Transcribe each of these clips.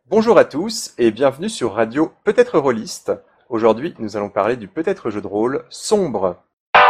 Bonjour à tous et bienvenue sur Radio Peut-être Rôliste. Aujourd'hui, nous allons parler du peut-être jeu de rôle Sombre.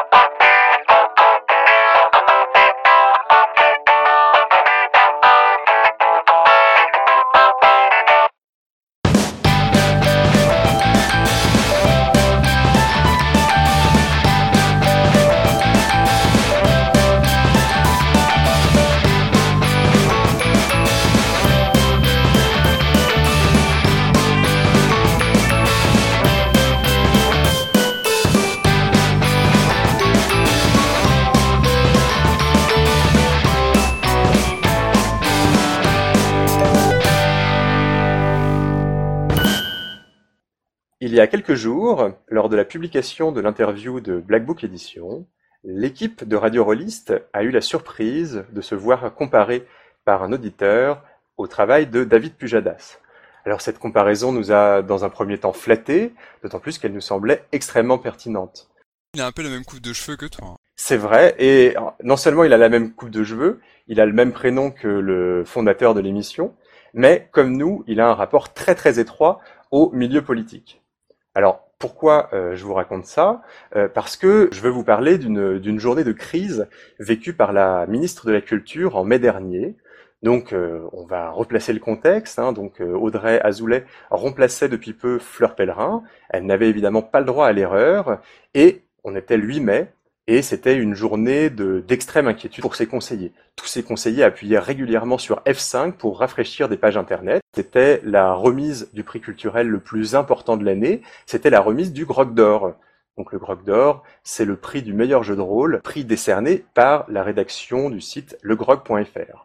Il y a quelques jours, lors de la publication de l'interview de Black Book Edition, l'équipe de Radio Rôliste a eu la surprise de se voir comparée par un auditeur au travail de David Pujadas. Alors cette comparaison nous a dans un premier temps flattés, d'autant plus qu'elle nous semblait extrêmement pertinente. Il a un peu la même coupe de cheveux que toi. C'est vrai, et non seulement il a la même coupe de cheveux, il a le même prénom que le fondateur de l'émission, mais comme nous, il a un rapport très très étroit au milieu politique. Alors, pourquoi je vous raconte ça? Parce que je veux vous parler d'une journée de crise vécue par la ministre de la Culture en mai dernier. Donc, on va replacer le contexte. Donc, Audrey Azoulay remplaçait depuis peu Fleur Pellerin. Elle n'avait évidemment pas le droit à l'erreur. Et on était le 8 mai. Et c'était une journée d'extrême inquiétude pour ses conseillers. Tous ses conseillers appuyaient régulièrement sur F5 pour rafraîchir des pages internet. C'était la remise du prix culturel le plus important de l'année. C'était la remise du Groc d'Or. Donc le Groc d'Or, c'est le prix du meilleur jeu de rôle, prix décerné par la rédaction du site legroc.fr.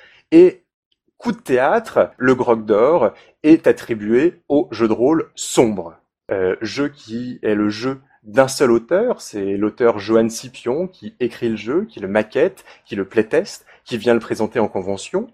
Et coup de théâtre, le Groc d'Or est attribué au jeu de rôle Sombre. Jeu qui est le jeu d'un seul auteur, c'est l'auteur Johan Scipion qui écrit le jeu, qui le maquette, qui le playtest, qui vient le présenter en convention.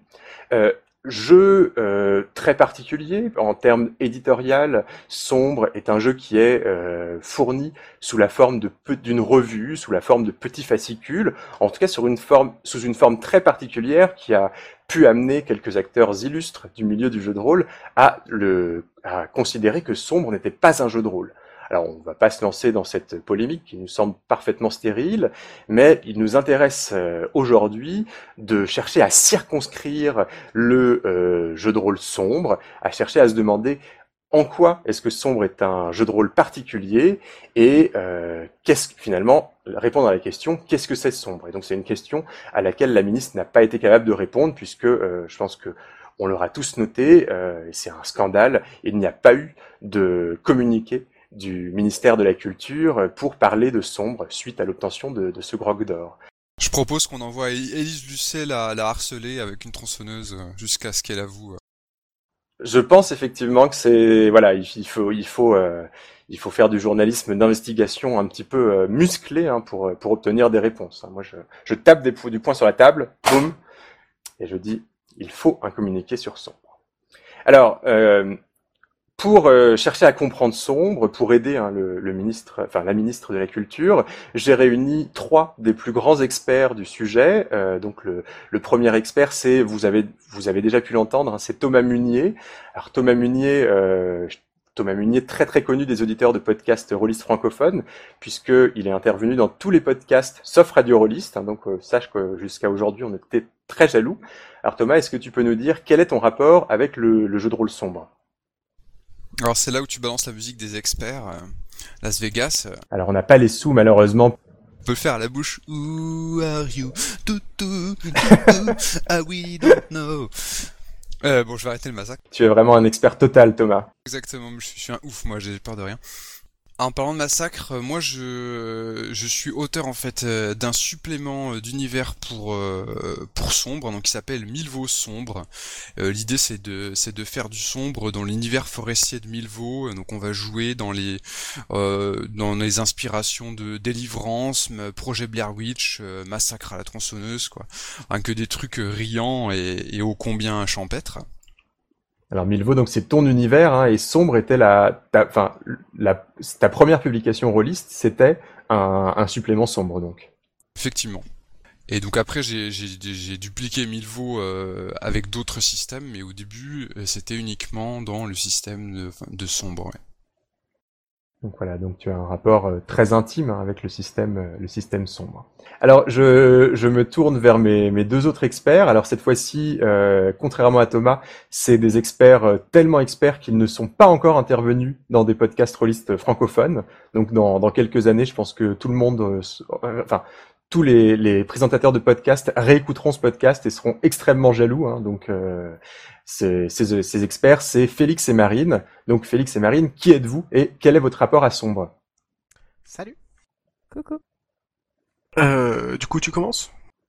Jeu très particulier en termes éditorial. Sombre est un jeu qui est fourni sous la forme d'une revue, sous la forme de petits fascicules, en tout cas sous une forme très particulière qui a pu amener quelques acteurs illustres du milieu du jeu de rôle à considérer que Sombre n'était pas un jeu de rôle. Alors, on ne va pas se lancer dans cette polémique qui nous semble parfaitement stérile, mais il nous intéresse aujourd'hui de chercher à circonscrire le jeu de rôle Sombre, à chercher à se demander en quoi est-ce que Sombre est un jeu de rôle particulier et finalement répondre à la question qu'est-ce que c'est Sombre. Et donc c'est une question à laquelle la ministre n'a pas été capable de répondre puisque je pense que on l'aura tous noté, c'est un scandale, il n'y a pas eu de communiqué du ministère de la Culture pour parler de Sombre suite à l'obtention de ce Groc d'Or. Je propose qu'on envoie Élise Lucet la harceler avec une tronçonneuse jusqu'à ce qu'elle avoue. Je pense effectivement que c'est il faut faire du journalisme d'investigation un petit peu musclé pour obtenir des réponses. Moi je tape du poing sur la table, boum, et je dis il faut un communiqué sur Sombre. Alors pour chercher à comprendre Sombre, pour aider la ministre de la Culture, j'ai réuni 3 des plus grands experts du sujet. Donc le premier expert, vous avez déjà pu l'entendre, c'est Thomas Munier. Alors Thomas Munier, très très connu des auditeurs de podcasts rôlistes francophones, puisqu'il est intervenu dans tous les podcasts sauf Radio Rôliste. Donc sache que jusqu'à aujourd'hui, on était très jaloux. Alors Thomas, est-ce que tu peux nous dire quel est ton rapport avec le jeu de rôle Sombre ? Alors c'est là où tu balances la musique des experts, Las Vegas. Alors on n'a pas les sous malheureusement. On peut le faire à la bouche. Who are you? Ah we don't know. Bon, je vais arrêter le massacre. Tu es vraiment un expert total, Thomas. Exactement, je suis un ouf, moi j'ai peur de rien. En parlant de massacre, moi je suis auteur en fait d'un supplément d'univers pour Sombre, donc qui s'appelle Milvaux Sombre. L'idée c'est de faire du sombre dans l'univers forestier de Milvaux. Donc on va jouer dans les inspirations de Délivrance, Projet Blair Witch, Massacre à la tronçonneuse, quoi. Que des trucs riants et ô combien champêtres. Alors Milvaux, donc c'est ton univers, et Sombre était ta première publication rôliste, c'était un supplément Sombre donc. Effectivement. Et donc après j'ai dupliqué Milvaux avec d'autres systèmes, mais au début c'était uniquement dans le système de sombre. Ouais. Donc voilà, donc tu as un rapport très intime avec le système sombre. Alors je me tourne vers mes deux autres experts. Alors cette fois-ci, contrairement à Thomas, c'est des experts tellement experts qu'ils ne sont pas encore intervenus dans des podcasts rôlistes francophones. Donc dans quelques années, je pense que tout le monde, enfin tous les présentateurs de podcasts réécouteront ce podcast et seront extrêmement jaloux. Hein, donc ces experts, c'est Félix et Marine. Donc Félix et Marine, qui êtes-vous et quel est votre rapport à Sombre? Salut. Coucou. Du coup, tu commences?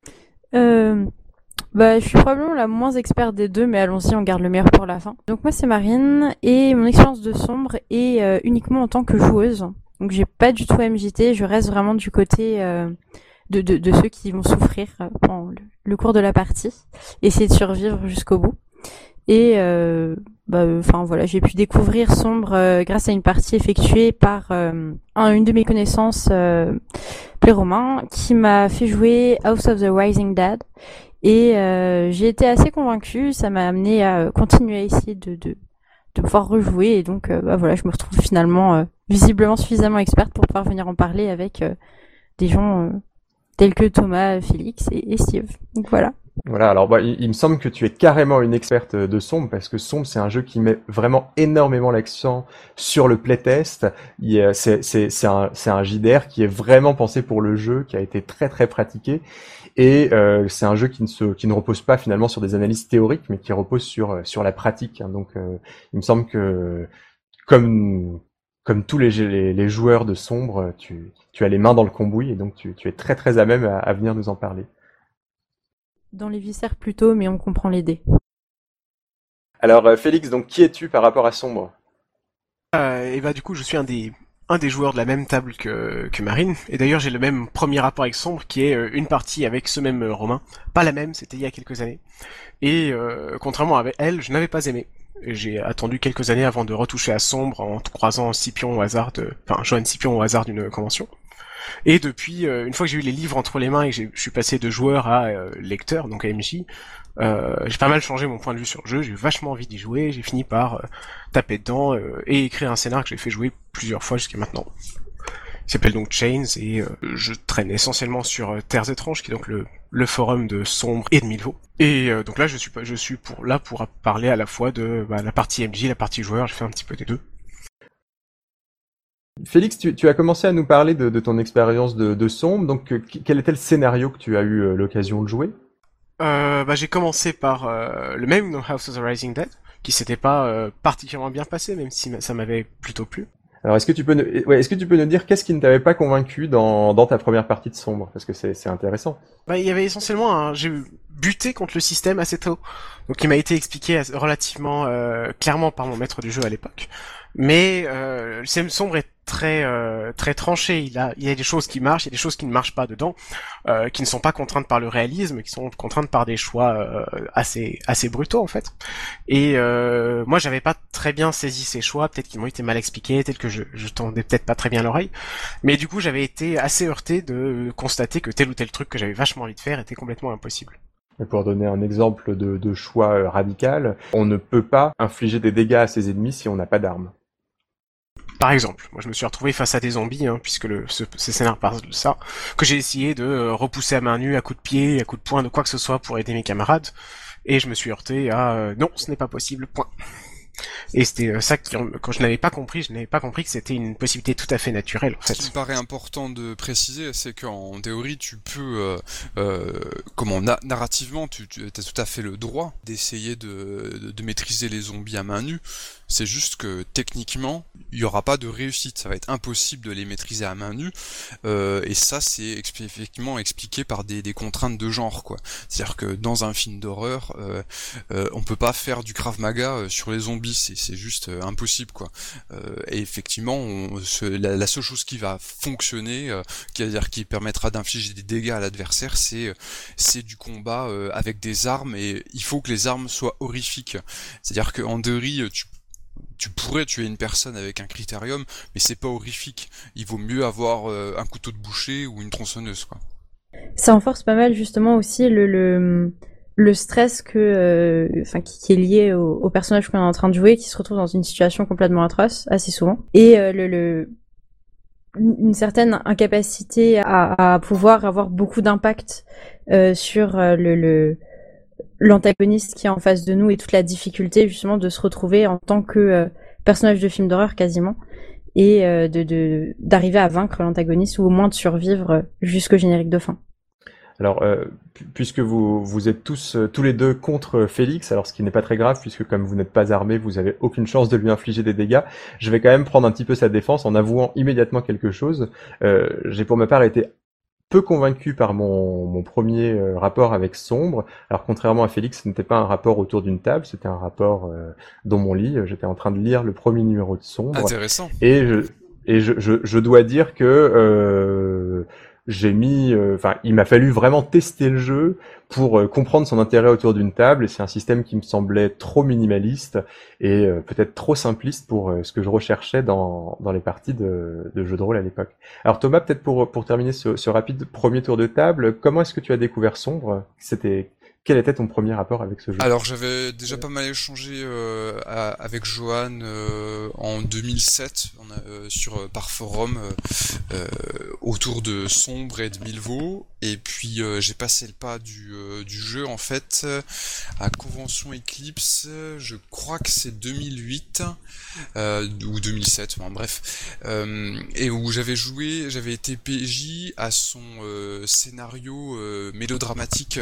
Je suis probablement la moins experte des deux, mais allons-y, on garde le meilleur pour la fin. Donc moi c'est Marine, et mon expérience de Sombre est uniquement en tant que joueuse. Donc j'ai pas du tout MJT, je reste vraiment du côté de ceux qui vont souffrir pendant le cours de la partie, essayer de survivre jusqu'au bout. Et voilà, j'ai pu découvrir Sombre grâce à une partie effectuée par une de mes connaissances, Pléromain, qui m'a fait jouer House of the Rising Dead. Et j'ai été assez convaincue, ça m'a amené à continuer à essayer de pouvoir rejouer. Et donc je me retrouve finalement visiblement suffisamment experte pour pouvoir venir en parler avec des gens tels que Thomas, Félix et Steve. Donc voilà. Voilà, alors il me semble que tu es carrément une experte de Sombre, parce que Sombre, c'est un jeu qui met vraiment énormément l'accent sur le playtest. C'est un JDR qui est vraiment pensé pour le jeu, qui a été très très pratiqué, et c'est un jeu qui ne repose pas finalement sur des analyses théoriques, mais qui repose sur la pratique. Hein. Donc il me semble que comme tous les joueurs de Sombre, tu as les mains dans le cambouis, et donc tu es très très à même à venir nous en parler. Dans les viscères plutôt, mais on comprend l'idée. Alors Félix, donc qui es-tu par rapport à Sombre? Du coup, je suis un des joueurs de la même table que Marine. Et d'ailleurs, j'ai le même premier rapport avec Sombre, qui est une partie avec ce même Romain. Pas la même, c'était il y a quelques années. Et contrairement à elle, je n'avais pas aimé. J'ai attendu quelques années avant de retoucher à Sombre en croisant Johan Scipion au hasard d'une convention. Et depuis, une fois que j'ai eu les livres entre les mains et que je suis passé de joueur à lecteur, donc à MJ, j'ai pas mal changé mon point de vue sur le jeu, j'ai eu vachement envie d'y jouer, j'ai fini par taper dedans et écrire un scénar que j'ai fait jouer plusieurs fois jusqu'à maintenant. Il s'appelle donc Chains et je traîne essentiellement sur Terres étranges, qui est donc le forum de Sombre et de Milvaux. Et donc là, je suis là pour parler à la fois de la partie MJ, la partie joueur, j'ai fait un petit peu des deux. Félix, tu as commencé à nous parler de ton expérience de Sombre, donc quel était le scénario que tu as eu l'occasion de jouer? J'ai commencé par le même No House of the Rising Dead, qui s'était pas particulièrement bien passé, même si ça m'avait plutôt plu. Alors est-ce que tu peux nous dire qu'est-ce qui ne t'avait pas convaincu dans ta première partie de Sombre, parce que c'est intéressant. Il y avait essentiellement j'ai buté contre le système assez tôt, donc il m'a été expliqué relativement clairement par mon maître du jeu à l'époque. Mais le système Sombre est très tranché. Il y a des choses qui marchent, il y a des choses qui ne marchent pas dedans, qui ne sont pas contraintes par le réalisme, qui sont contraintes par des choix assez brutaux en fait. Et moi j'avais pas très bien saisi ces choix, peut-être qu'ils m'ont été mal expliqués, peut-être que je tendais peut-être pas très bien l'oreille, mais du coup j'avais été assez heurté de constater que tel ou tel truc que j'avais vachement envie de faire était complètement impossible. Et pour donner un exemple de choix radical, on ne peut pas infliger des dégâts à ses ennemis si on n'a pas d'armes. Par exemple, moi je me suis retrouvé face à des zombies, puisque ce scénar parle de ça, que j'ai essayé de repousser à main nue, à coups de pied, à coups de poing, de quoi que ce soit pour aider mes camarades, et je me suis heurté à non, ce n'est pas possible, point. Et c'était ça quand je n'avais pas compris que c'était une possibilité tout à fait naturelle en fait. Ce qui me paraît important de préciser, c'est qu'en théorie tu peux, narrativement, tu as tout à fait le droit d'essayer de maîtriser les zombies à main nue. C'est juste que techniquement, il y aura pas de réussite. Ça va être impossible de les maîtriser à main nue. Et ça, c'est effectivement expliqué par des contraintes de genre, quoi. C'est-à-dire que dans un film d'horreur, on peut pas faire du Krav Maga sur les zombies. C'est juste impossible, quoi. Et effectivement, la seule chose qui va fonctionner, qui permettra d'infliger des dégâts à l'adversaire, c'est du combat avec des armes, et il faut que les armes soient horrifiques. C'est-à-dire qu'en théorie, tu pourrais tuer une personne avec un critérium, mais c'est pas horrifique. Il vaut mieux avoir un couteau de boucher ou une tronçonneuse, quoi. Ça renforce pas mal justement aussi le stress qui est lié au personnage qu'on est en train de jouer, qui se retrouve dans une situation complètement atroce assez souvent, et une certaine incapacité à pouvoir avoir beaucoup d'impact sur l'antagoniste qui est en face de nous, et toute la difficulté justement de se retrouver en tant que personnage de film d'horreur quasiment, et d'arriver à vaincre l'antagoniste, ou au moins de survivre jusqu'au générique de fin. Alors, puisque vous êtes tous les deux contre Félix, alors ce qui n'est pas très grave, puisque comme vous n'êtes pas armé, vous avez aucune chance de lui infliger des dégâts, je vais quand même prendre un petit peu sa défense en avouant immédiatement quelque chose. J'ai pour ma part été peu convaincu par mon premier rapport avec Sombre. Alors contrairement à Félix, ce n'était pas un rapport autour d'une table, c'était un rapport dans mon lit. J'étais en train de lire le premier numéro de Sombre. Intéressant. Et je dois dire que il m'a fallu vraiment tester le jeu pour comprendre son intérêt autour d'une table, et c'est un système qui me semblait trop minimaliste et peut-être trop simpliste pour ce que je recherchais dans les parties de jeux de rôle à l'époque. Alors Thomas, peut-être pour terminer ce rapide premier tour de table, comment est-ce que tu as découvert Sombre? Quel était ton premier rapport avec ce jeu? Alors j'avais déjà pas mal échangé avec Johan en 2007 par forum autour de Sombre et de Milvaux, et puis j'ai passé le pas du jeu en fait à Convention Eclipse, je crois que c'est 2008 ou 2007, enfin, bref, et où j'avais été PJ à son scénario mélodramatique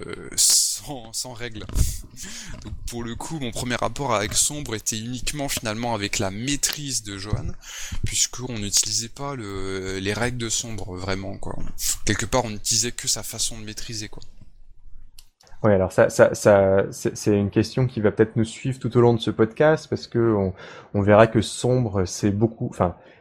sans règles. Donc pour le coup, mon premier rapport avec Sombre était uniquement finalement avec la maîtrise de Johan, puisqu'on n'utilisait pas les règles de Sombre vraiment, quoi. Quelque part, on n'utilisait que sa façon de maîtriser, quoi. Ouais, alors c'est une question qui va peut-être nous suivre tout au long de ce podcast, parce que on verra que Sombre, c'est beaucoup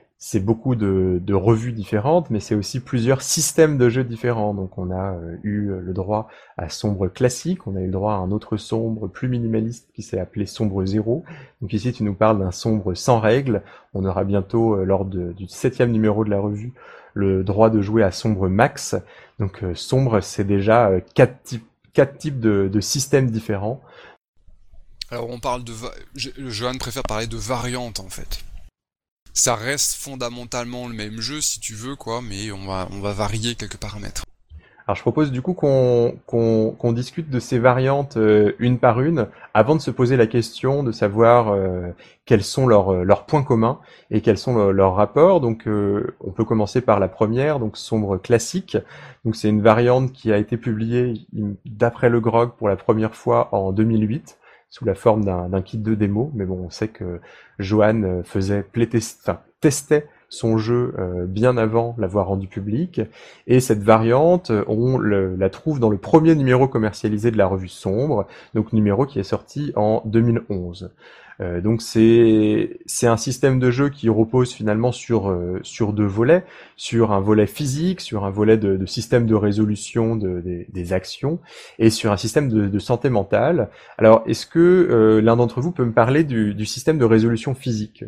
de revues différentes, mais c'est aussi plusieurs systèmes de jeux différents. Donc on a eu le droit à Sombre classique, on a eu le droit à un autre Sombre plus minimaliste qui s'est appelé Sombre Zéro. Donc ici tu nous parles d'un Sombre sans règles. On aura bientôt, lors du 7e numéro de la revue, le droit de jouer à Sombre Max. Donc Sombre, c'est déjà quatre types de systèmes différents. Alors on parle Johan préfère parler de variantes en fait. Ça reste fondamentalement le même jeu si tu veux, quoi, mais on va varier quelques paramètres. Alors je propose du coup qu'on discute de ces variantes une par une, avant de se poser la question de savoir quels sont leurs points communs et quels sont leurs rapports. Donc on peut commencer par la première, donc Sombre classique. Donc c'est une variante qui a été publiée d'après le GROG pour la première fois en 2008 sous la forme d'un kit de démo, mais bon, on sait que Johan testait son jeu bien avant l'avoir rendu public, et cette variante, on la trouve dans le premier numéro commercialisé de la revue Sombre, donc numéro qui est sorti en 2011. Donc c'est un système de jeu qui repose finalement sur deux volets, sur un volet physique, sur un volet de système de résolution des actions, et sur un système de santé mentale. Alors est-ce que l'un d'entre vous peut me parler du système de résolution physique?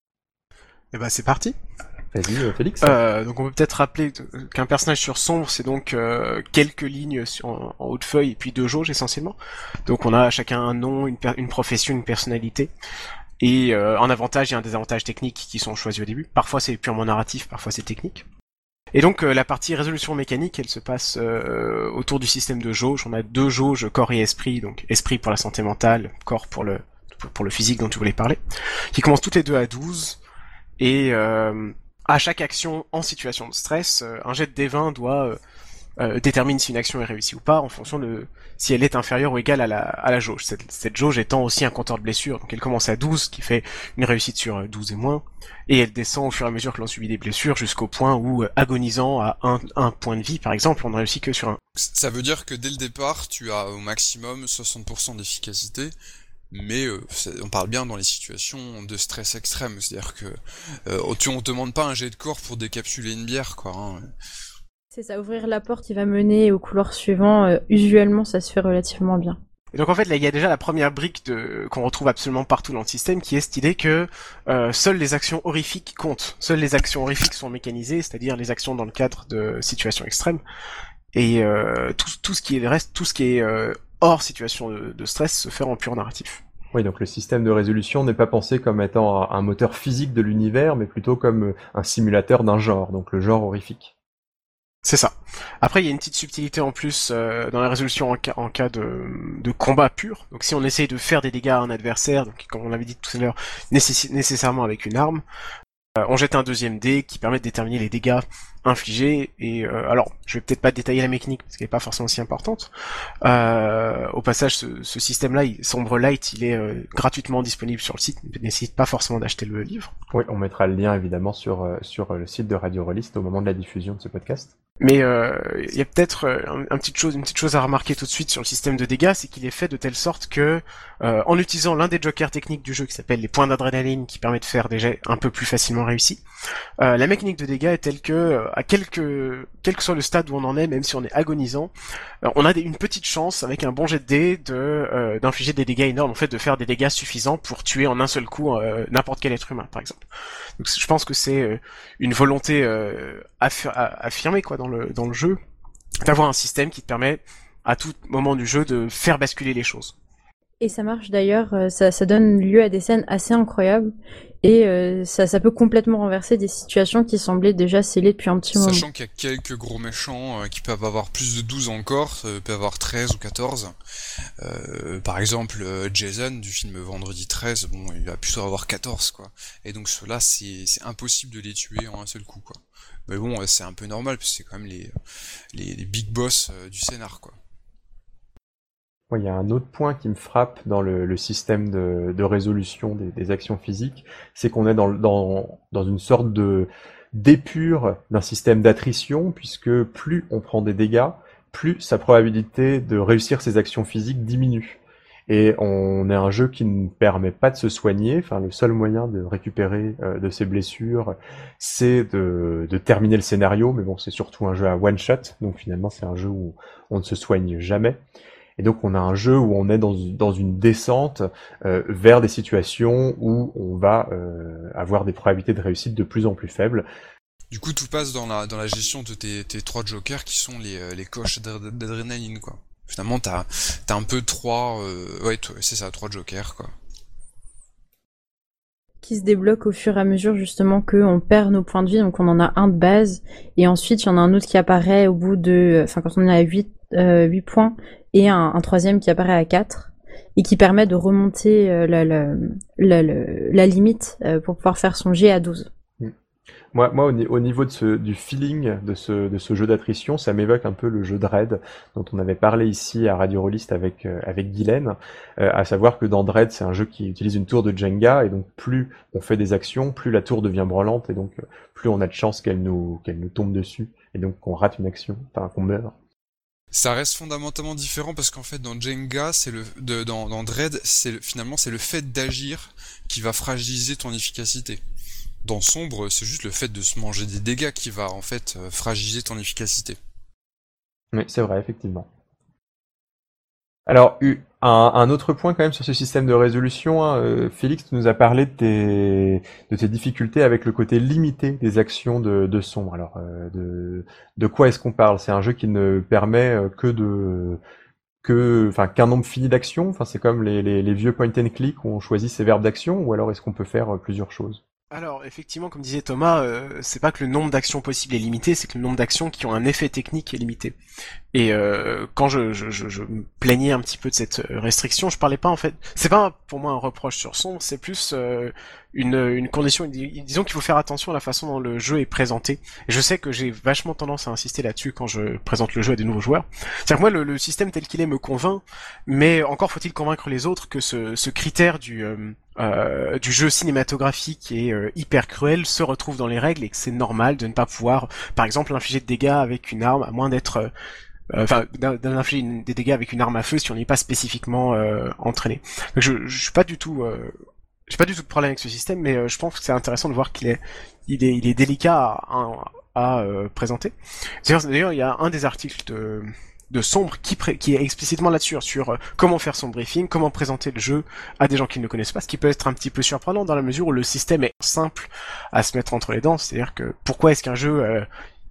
Eh ben c'est parti. Vas-y, Félix. Donc on peut peut-être rappeler qu'un personnage sur Sombre, c'est donc quelques lignes en haut de feuille et puis 2 jauges essentiellement. Donc on a chacun un nom, une profession, une personnalité. Et un avantage et un désavantage technique qui sont choisis au début. Parfois c'est purement narratif, parfois c'est technique. Et donc la partie résolution mécanique, elle se passe autour du système de jauges. On a 2 jauges, corps et esprit. Donc esprit pour la santé mentale, corps pour le physique dont tu voulais parler. Qui commencent toutes les deux à 12. Et à chaque action en situation de stress, un jet de D20 doit détermine si une action est réussie ou pas en fonction de si elle est inférieure ou égale à la jauge. Cette jauge étant aussi un compteur de blessures. Donc elle commence à 12, qui fait une réussite sur 12 et moins, et elle descend au fur et à mesure que l'on subit des blessures jusqu'au point où, agonisant à un point de vie par exemple, on ne réussit que sur 1. Ça veut dire que dès le départ, tu as au maximum 60% d'efficacité. Mais on parle bien dans les situations de stress extrême, c'est-à-dire que on te demande pas un jet de corps pour décapsuler une bière, quoi. Hein. C'est ça, ouvrir la porte qui va mener au couloir suivant, usuellement ça se fait relativement bien. Et donc en fait là il y a déjà la première brique qu'on retrouve absolument partout dans le système, qui est cette idée que seules les actions horrifiques comptent. Seules les actions horrifiques sont mécanisées, c'est-à-dire les actions dans le cadre de situations extrêmes. et tout ce qui est le reste, tout ce qui est hors situation de stress se fait en pur narratif. Oui, donc le système de résolution n'est pas pensé comme étant un moteur physique de l'univers, mais plutôt comme un simulateur d'un genre, donc le genre horrifique. C'est ça. Après, il y a une petite subtilité en plus dans la résolution en cas de combat pur. Donc si on essaye de faire des dégâts à un adversaire, donc comme on l'avait dit tout à l'heure, nécessairement avec une arme, on jette un deuxième dé qui permet de déterminer les dégâts infligés. Et alors, je vais peut-être pas détailler la mécanique parce qu'elle est pas forcément si importante. Au passage, ce système-là, Sombre Light, il est gratuitement disponible sur le site. Il ne nécessite pas forcément d'acheter le livre. Oui, on mettra le lien évidemment sur le site de Radio Rollist au moment de la diffusion de ce podcast. Mais il y a peut-être une petite chose à remarquer tout de suite sur le système de dégâts, c'est qu'il est fait de telle sorte que, en utilisant l'un des jokers techniques du jeu qui s'appelle les points d'adrénaline, qui permet de faire des jets un peu plus facilement réussis, la mécanique de dégâts est telle que, quel que soit le stade où on en est, même si on est agonisant, on a une petite chance avec un bon jet de dés d'infliger des dégâts énormes, en fait, de faire des dégâts suffisants pour tuer en un seul coup n'importe quel être humain, par exemple. Donc je pense que c'est une volonté affirmée quoi dans le jeu, d'avoir un système qui te permet à tout moment du jeu de faire basculer les choses. Et ça marche d'ailleurs, ça donne lieu à des scènes assez incroyables et ça peut complètement renverser des situations qui semblaient déjà scellées depuis un petit moment. Sachant qu'il y a quelques gros méchants qui peuvent avoir plus de 12 encore, peuvent avoir 13 ou 14. Par exemple, Jason du film Vendredi 13, bon, il va plutôt avoir 14 quoi. Et donc ceux-là, c'est impossible de les tuer en un seul coup quoi. Mais bon, c'est un peu normal parce que c'est quand même les big boss du scénar quoi. Il y a un autre point qui me frappe dans le système de résolution des actions physiques, c'est qu'on est dans une sorte d'épure d'un système d'attrition, puisque plus on prend des dégâts, plus sa probabilité de réussir ses actions physiques diminue. Et on est un jeu qui ne permet pas de se soigner, enfin le seul moyen de récupérer de ses blessures, c'est de terminer le scénario, mais bon, c'est surtout un jeu à one shot, donc finalement c'est un jeu où on ne se soigne jamais. Et donc on a un jeu où on est dans une descente vers des situations où on va avoir des probabilités de réussite de plus en plus faibles. Du coup, tout passe dans la gestion de tes 3 jokers qui sont les coches d'adrénaline quoi. Finalement, t'as un peu 3 c'est ça, 3 jokers quoi. Qui se débloquent au fur et à mesure justement qu'on perd nos points de vie, donc on en a un de base et ensuite il y en a un autre qui apparaît au bout de quand on est à 8 points et un troisième qui apparaît à 4 et qui permet de remonter la limite pour pouvoir faire son jet à 12. Moi, au niveau du feeling de ce jeu d'attrition, ça m'évoque un peu le jeu Dread dont on avait parlé ici à Radio Rollist avec Guylaine, à savoir que dans Dread, c'est un jeu qui utilise une tour de Jenga et donc plus on fait des actions, plus la tour devient branlante et donc plus on a de chances qu'elle nous tombe dessus et donc qu'on rate une action, enfin qu'on meurt. Ça reste fondamentalement différent parce qu'en fait dans Jenga, dans Dread, finalement c'est le fait d'agir qui va fragiliser ton efficacité. Dans Sombre, c'est juste le fait de se manger des dégâts qui va en fait fragiliser ton efficacité. Oui, c'est vrai, effectivement. Alors, un autre point quand même sur ce système de résolution, hein, Félix, tu nous as parlé de tes difficultés avec le côté limité des actions de Sombre. Alors, de quoi est-ce qu'on parle? C'est un jeu qui ne permet qu'un nombre fini d'actions? Enfin, c'est comme les vieux point and click où on choisit ses verbes d'action, ou alors est-ce qu'on peut faire plusieurs choses? Alors effectivement, comme disait Thomas, c'est pas que le nombre d'actions possibles est limité, c'est que le nombre d'actions qui ont un effet technique est limité. Et quand je me plaignais un petit peu de cette restriction, je parlais pas en fait. C'est pas pour moi un reproche sur Sombre, c'est plus une condition. Disons qu'il faut faire attention à la façon dont le jeu est présenté. Et je sais que j'ai vachement tendance à insister là-dessus quand je présente le jeu à des nouveaux joueurs. C'est-à-dire que moi, le système tel qu'il est me convainc, mais encore faut-il convaincre les autres que ce critère du jeu cinématographique et hyper cruel se retrouve dans les règles et que c'est normal de ne pas pouvoir, par exemple, infliger de dégâts avec une arme à moins d'être d'infliger des dégâts avec une arme à feu si on n'est pas spécifiquement entraîné. Donc je suis pas du tout j'ai pas du tout de problème avec ce système, mais je pense que c'est intéressant de voir qu'il est délicat à présenter. D'ailleurs, il y a un des articles de Sombre qui est explicitement là-dessus, sur comment faire son briefing, comment présenter le jeu à des gens qui ne le connaissent pas, ce qui peut être un petit peu surprenant dans la mesure où le système est simple à se mettre entre les dents. C'est-à-dire que pourquoi est-ce qu'un jeu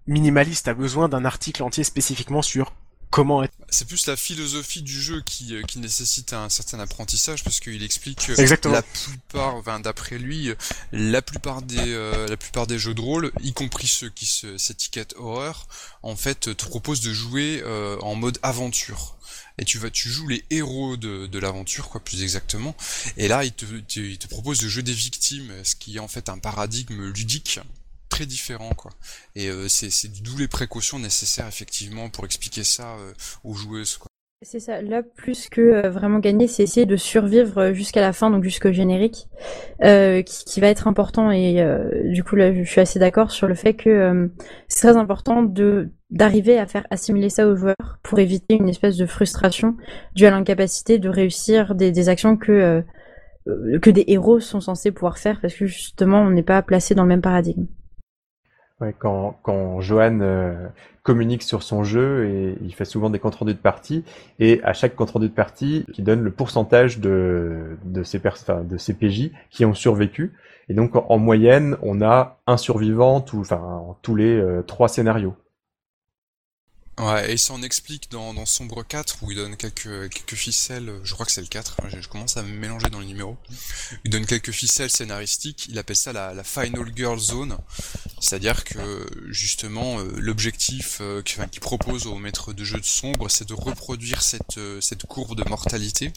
minimaliste a besoin d'un article entier spécifiquement sur comment être... C'est plus la philosophie du jeu qui nécessite un certain apprentissage, parce qu'il explique que Exactement. la plupart, enfin, d'après lui, la plupart des jeux de rôle, y compris ceux qui s'étiquettent horreur, en fait, te proposent de jouer en mode aventure. Et tu joues les héros de l'aventure, quoi, plus exactement. Et là, il te propose de jouer des victimes, ce qui est en fait un paradigme ludique très différent, quoi. Et c'est d'où les précautions nécessaires effectivement pour expliquer ça aux joueuses, quoi. C'est ça, là plus que vraiment gagner, c'est essayer de survivre jusqu'à la fin, donc jusqu'au générique, qui va être important. Et du coup là je suis assez d'accord sur le fait que c'est très important d'arriver à faire assimiler ça aux joueurs pour éviter une espèce de frustration due à l'incapacité de réussir des actions que des héros sont censés pouvoir faire, parce que justement on n'est pas placé dans le même paradigme. Ouais, quand Johan communique sur son jeu, et il fait souvent des comptes rendus de partie, et à chaque compte rendu de partie, il donne le pourcentage de ces PJ qui ont survécu. Et donc en moyenne, on a un survivant tous les 3 scénarios. Ouais, et ça en explique dans Sombre 4, où il donne quelques ficelles, je crois que c'est le 4, je commence à me mélanger dans le numéro. Il donne quelques ficelles scénaristiques, il appelle ça la Final Girl Zone, c'est-à-dire que justement l'objectif qu'il propose aux maîtres de jeu de Sombre, c'est de reproduire cette courbe de mortalité.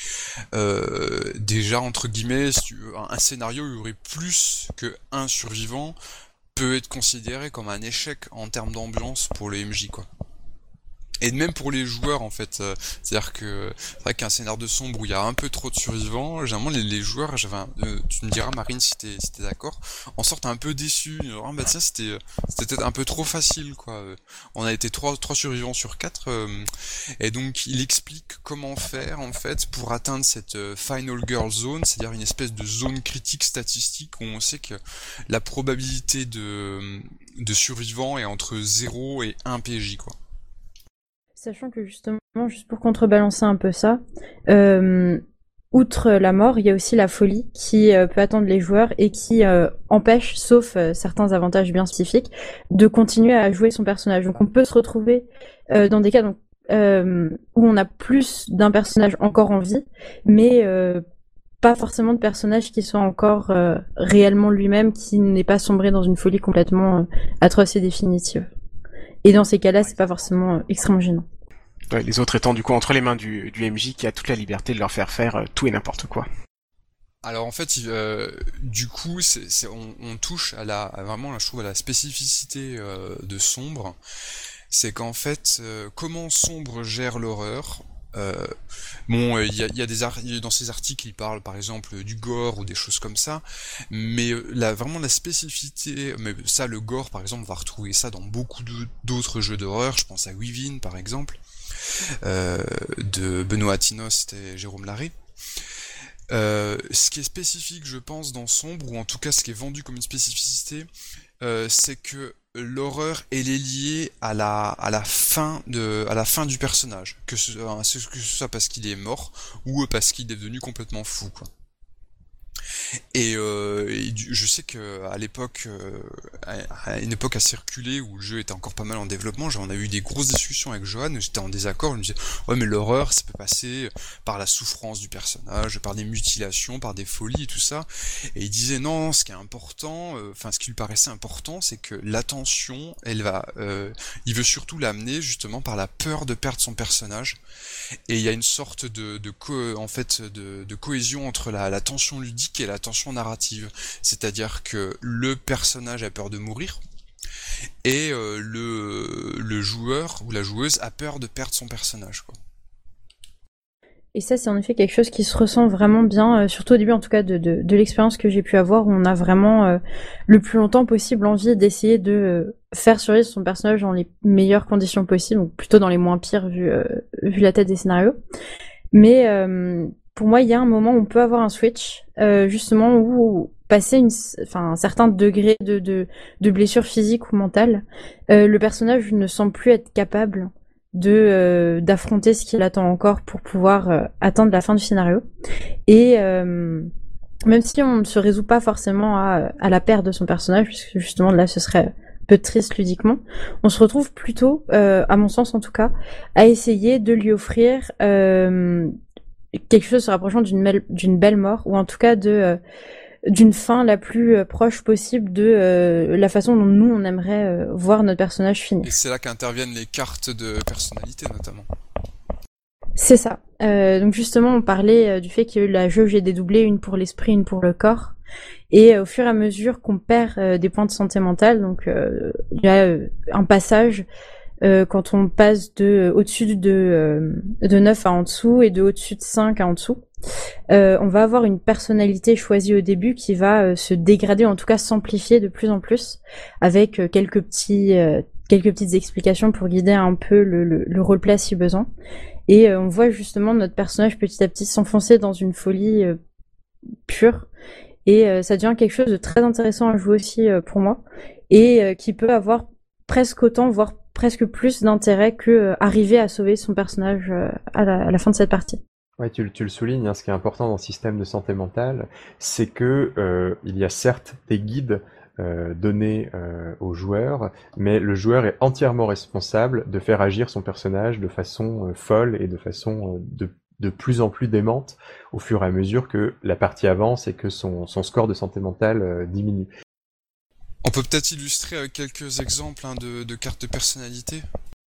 Déjà, entre guillemets, un scénario où il y aurait plus qu'un survivant peut être considéré comme un échec en termes d'ambiance pour le MJ, quoi. Et même pour les joueurs, en fait, c'est-à-dire que c'est vrai qu'un scénario de Sombre où il y a un peu trop de survivants, généralement les joueurs, tu me diras Marine si t'es d'accord, en sortent un peu déçus. Ah bah tiens, c'était peut-être un peu trop facile, quoi. On a été trois survivants sur 4, et donc il explique comment faire en fait pour atteindre cette Final Girl Zone, c'est-à-dire une espèce de zone critique statistique où on sait que la probabilité de survivants est entre 0 et 1 PJ, quoi. Sachant que justement, juste pour contrebalancer un peu ça, outre la mort, il y a aussi la folie qui peut attendre les joueurs et qui empêche, sauf certains avantages bien spécifiques, de continuer à jouer son personnage. Donc on peut se retrouver dans des cas où on a plus d'un personnage encore en vie, mais pas forcément de personnage qui soit encore réellement lui-même, qui n'est pas sombré dans une folie complètement atroce et définitive. Et dans ces cas-là, c'est pas forcément extrêmement gênant. Ouais, les autres étant du coup entre les mains du MJ qui a toute la liberté de leur faire faire tout et n'importe quoi. Alors en fait, du coup, on touche vraiment, je trouve, à la spécificité de Sombre. C'est qu'en fait, comment Sombre gère l'horreur. Il y a dans ces articles, il parle par exemple du gore ou des choses comme ça, mais vraiment la spécificité, mais ça, le gore par exemple, on va retrouver ça dans beaucoup d'autres jeux d'horreur. Je pense à Within par exemple, de Benoît Atinost et Jérôme Larrey. Ce qui est spécifique, je pense, dans Sombre, ou en tout cas ce qui est vendu comme une spécificité, c'est que l'horreur elle est liée à la fin du personnage, que ce soit parce qu'il est mort ou parce qu'il est devenu complètement fou, quoi. Et je sais que à l'époque, à une époque assez reculée où le jeu était encore pas mal en développement, on a eu des grosses discussions avec Johan, j'étais en désaccord, je me disais ouais mais l'horreur ça peut passer par la souffrance du personnage, par des mutilations, par des folies et tout ça, et il disait non, ce qui est important, ce qui lui paraissait important, c'est que l'attention, il veut surtout l'amener justement par la peur de perdre son personnage, et il y a une sorte de cohésion entre la tension ludique et la tension narrative, c'est-à-dire que le personnage a peur de mourir et le joueur ou la joueuse a peur de perdre son personnage, quoi. Et ça, c'est en effet quelque chose qui se ressent vraiment bien, surtout au début en tout cas de l'expérience que j'ai pu avoir, où on a vraiment le plus longtemps possible envie d'essayer de faire survivre son personnage dans les meilleures conditions possibles, ou plutôt dans les moins pires vu la tête des scénarios. Mais pour moi, il y a un moment où on peut avoir un switch, justement où passer un certain degré de blessure physique ou mentale, le personnage ne semble plus être capable d'affronter ce qui l'attend encore pour pouvoir atteindre la fin du scénario. Et même si on ne se résout pas forcément à la perte de son personnage, puisque justement là ce serait peu triste ludiquement, on se retrouve plutôt, à mon sens en tout cas, à essayer de lui offrir quelque chose se rapprochant d'une belle mort, ou en tout cas d'une fin la plus proche possible de la façon dont nous on aimerait voir notre personnage finir. Et c'est là qu'interviennent les cartes de personnalité notamment. C'est ça. Donc justement, on parlait du fait que la jauge est dédoublée, une pour l'esprit, une pour le corps. Et au fur et à mesure qu'on perd des points de santé mentale, donc il y a un passage quand on passe de au-dessus de 9 à en dessous et de au-dessus de 5 à en dessous. On va avoir une personnalité choisie au début qui va se dégrader, en tout cas s'amplifier de plus en plus, avec quelques petites explications pour guider un peu le roleplay si besoin. Et on voit justement notre personnage petit à petit s'enfoncer dans une folie pure. Et ça devient quelque chose de très intéressant à jouer aussi pour moi. Et qui peut avoir presque autant, voire presque plus d'intérêt que arriver à sauver son personnage à la fin de cette partie. Ouais, tu le soulignes, hein, ce qui est important dans le système de santé mentale, c'est que il y a certes des guides donnés aux joueurs, mais le joueur est entièrement responsable de faire agir son personnage de façon folle et de façon de plus en plus démente au fur et à mesure que la partie avance et que son score de santé mentale diminue. On peut peut-être illustrer avec quelques exemples de cartes de personnalité.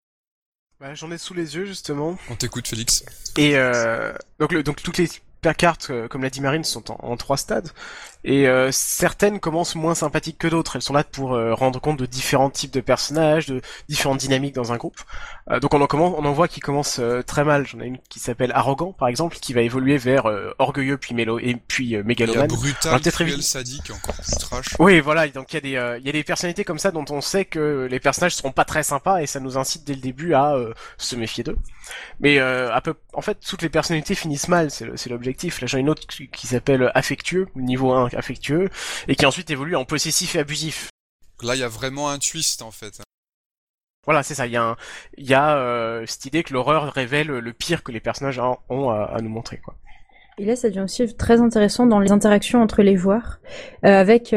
Bah, j'en ai sous les yeux justement. On t'écoute, Félix. Et donc toutes les cartes, comme l'a dit Marine, sont en 3 stades. Et certaines commencent moins sympathiques que d'autres. Elles sont là pour rendre compte de différents types de personnages, de différentes dynamiques dans un groupe. Donc on en voit qui commencent très mal. J'en ai une qui s'appelle Arrogant, par exemple, qui va évoluer vers orgueilleux puis mégalomane. Il y a brutal, cruel, sadique, encore plus trash. Oui, voilà. Donc il y a des personnalités comme ça dont on sait que les personnages seront pas très sympas et ça nous incite dès le début à se méfier d'eux. Mais en fait, toutes les personnalités finissent mal. C'est l'objectif. Là, j'en ai une autre qui s'appelle Affectueux, niveau 1 affectueux, et qui ensuite évolue en possessif et abusif. Là, il y a vraiment un twist, en fait. Voilà, c'est ça. Il y a cette idée que l'horreur révèle le pire que les personnages ont à nous montrer, quoi. Et là, ça devient aussi très intéressant dans les interactions entre les joueurs, avec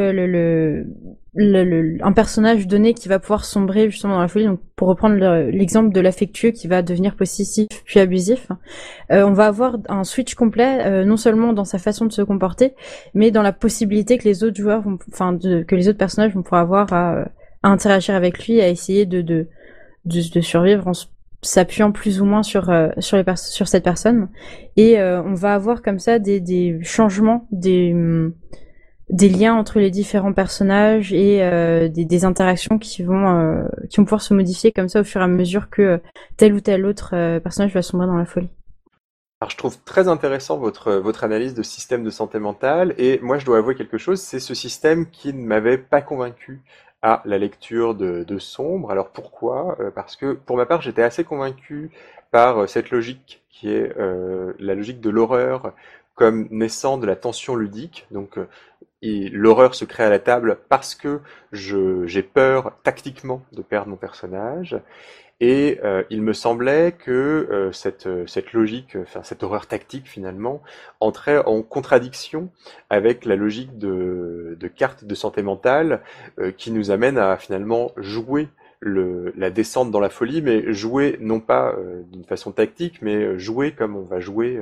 un personnage donné qui va pouvoir sombrer justement dans la folie. Donc, pour reprendre l'exemple de l'affectueux qui va devenir possessif puis abusif, on va avoir un switch complet, non seulement dans sa façon de se comporter, mais dans la possibilité que les autres joueurs que les autres personnages vont pouvoir avoir à interagir avec lui, à essayer de survivre en s'appuyant plus ou moins sur cette personne. Et on va avoir comme ça des changements, des liens entre les différents personnages et des interactions qui vont pouvoir se modifier comme ça au fur et à mesure que tel ou tel autre personnage va sombrer dans la folie. Alors, je trouve très intéressant votre analyse de système de santé mentale, et moi je dois avouer quelque chose, c'est ce système qui ne m'avait pas convaincu à la lecture de Sombre. Alors pourquoi? Parce que pour ma part j'étais assez convaincu par cette logique qui est la logique de l'horreur comme naissant de la tension ludique. Donc l'horreur se crée à la table parce que j'ai peur tactiquement de perdre mon personnage. Et il me semblait que cette logique, enfin cette horreur tactique finalement, entrait en contradiction avec la logique de cartes de santé mentale qui nous amène à finalement jouer la descente dans la folie, mais jouer non pas d'une façon tactique, mais jouer comme on va jouer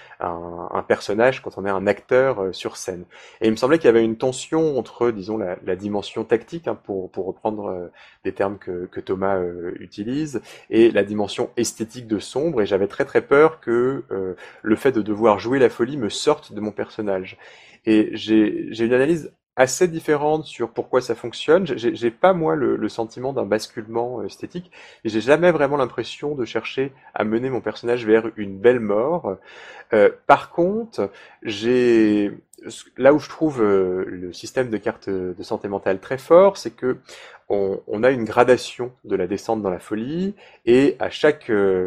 un personnage quand on est un acteur sur scène. Et il me semblait qu'il y avait une tension entre, disons, la dimension tactique, hein, pour reprendre des termes que Thomas utilise, et la dimension esthétique de Sombre, et j'avais très très peur que le fait de devoir jouer la folie me sorte de mon personnage. Et j'ai une analyse assez différente sur pourquoi ça fonctionne. J'ai pas moi le sentiment d'un basculement esthétique, et j'ai jamais vraiment l'impression de chercher à mener mon personnage vers une belle mort. Par contre, là où je trouve le système de cartes de santé mentale très fort, c'est que on a une gradation de la descente dans la folie, et à chaque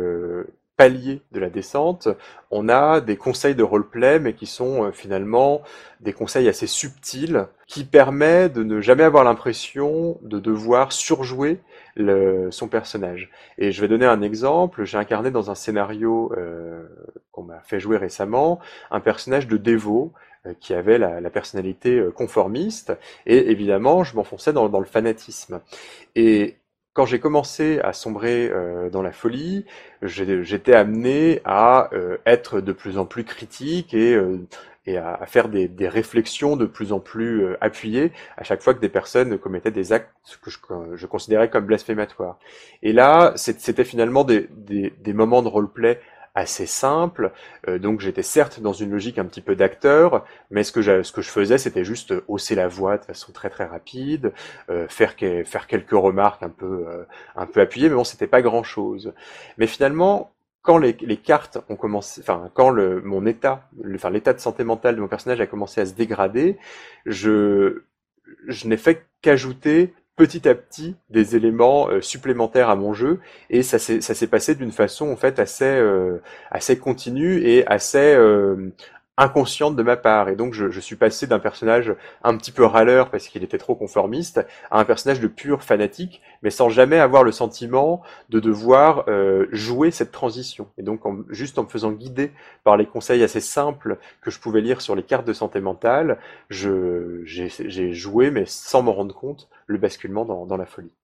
palier de la descente, on a des conseils de roleplay, mais qui sont finalement des conseils assez subtils, qui permettent de ne jamais avoir l'impression de devoir surjouer son personnage. Et je vais donner un exemple. J'ai incarné dans un scénario qu'on m'a fait jouer récemment un personnage de dévot qui avait la personnalité conformiste, et évidemment, je m'enfonçais dans le fanatisme. Et quand j'ai commencé à sombrer dans la folie, j'étais amené à être de plus en plus critique et à faire des réflexions de plus en plus appuyées à chaque fois que des personnes commettaient des actes que je considérais comme blasphématoires. Et là, c'était finalement des moments de roleplay assez simples. Donc j'étais certes dans une logique un petit peu d'acteur, mais ce que je faisais, c'était juste hausser la voix de façon très très rapide, faire quelques remarques un peu appuyées, mais bon, c'était pas grand-chose. Mais finalement, quand les cartes ont commencé, enfin quand l'état de santé mentale de mon personnage a commencé à se dégrader, je n'ai fait qu'ajouter petit à petit des éléments supplémentaires à mon jeu, et ça s'est passé d'une façon en fait assez continue et assez inconsciente de ma part. Et donc je suis passé d'un personnage un petit peu râleur parce qu'il était trop conformiste à un personnage de pur fanatique, mais sans jamais avoir le sentiment de devoir jouer cette transition. Et donc juste en me faisant guider par les conseils assez simples que je pouvais lire sur les cartes de santé mentale, j'ai joué, mais sans m'en rendre compte, le basculement dans la folie.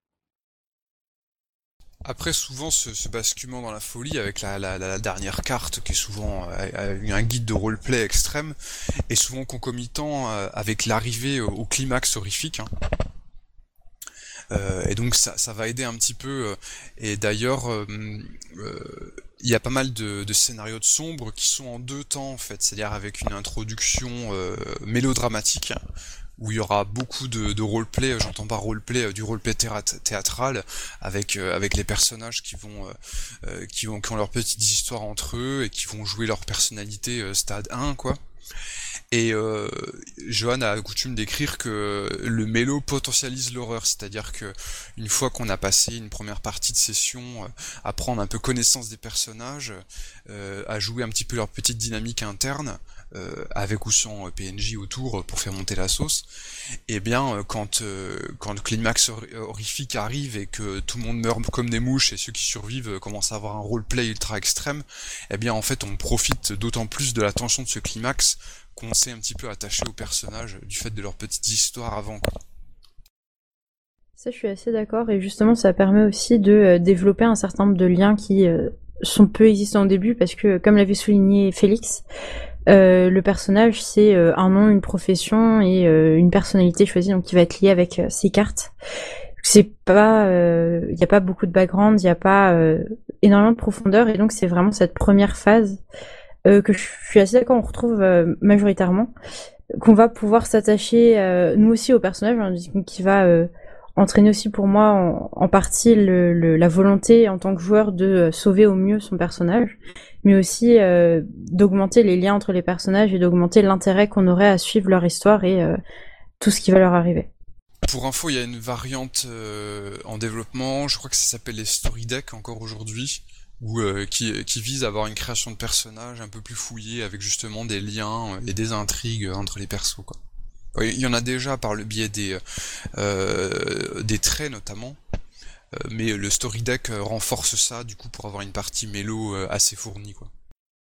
Après, souvent, ce basculement dans la folie avec la dernière carte, qui est souvent un guide de roleplay extrême, est souvent concomitant avec l'arrivée au climax horrifique. Hein. Et donc ça va aider un petit peu. Et d'ailleurs, il y a pas mal de scénarios de sombres qui sont en deux temps en fait, c'est-à-dire avec une introduction mélodramatique où il y aura beaucoup de roleplay, j'entends pas roleplay, du roleplay théâtral avec les personnages qui ont leurs petites histoires entre eux et qui vont jouer leur personnalité stade 1 quoi. Et Johan a coutume d'écrire que le mélo potentialise l'horreur, c'est-à-dire que une fois qu'on a passé une première partie de session à prendre un peu connaissance des personnages, à jouer un petit peu leur petite dynamique interne, avec ou sans PNJ autour pour faire monter la sauce, et bien quand le climax horrifique arrive et que tout le monde meurt comme des mouches et ceux qui survivent commencent à avoir un roleplay ultra extrême, et bien en fait on profite d'autant plus de la tension de ce climax qu'on s'est un petit peu attaché aux personnages du fait de leur petite histoire avant quoi. Ça, je suis assez d'accord, et justement, ça permet aussi de développer un certain nombre de liens qui sont peu existants au début, parce que, comme l'avait souligné Félix, le personnage, c'est un nom, une profession et une personnalité choisie, donc qui va être liée avec ses cartes. C'est pas, il y a pas beaucoup de background, il y a pas énormément de profondeur, et donc c'est vraiment cette première phase que je suis assez d'accord, on retrouve majoritairement, qu'on va pouvoir s'attacher nous aussi au personnage, hein, qui va entraîner aussi pour moi en partie la volonté en tant que joueur de sauver au mieux son personnage, mais aussi d'augmenter les liens entre les personnages et d'augmenter l'intérêt qu'on aurait à suivre leur histoire et tout ce qui va leur arriver. Pour info, il y a une variante en développement, je crois que ça s'appelle les story decks encore aujourd'hui, qui vise à avoir une création de personnages un peu plus fouillée avec justement des liens et des intrigues entre les persos quoi. Il y en a déjà par le biais des traits notamment, mais le story deck renforce ça du coup pour avoir une partie mélo assez fournie quoi.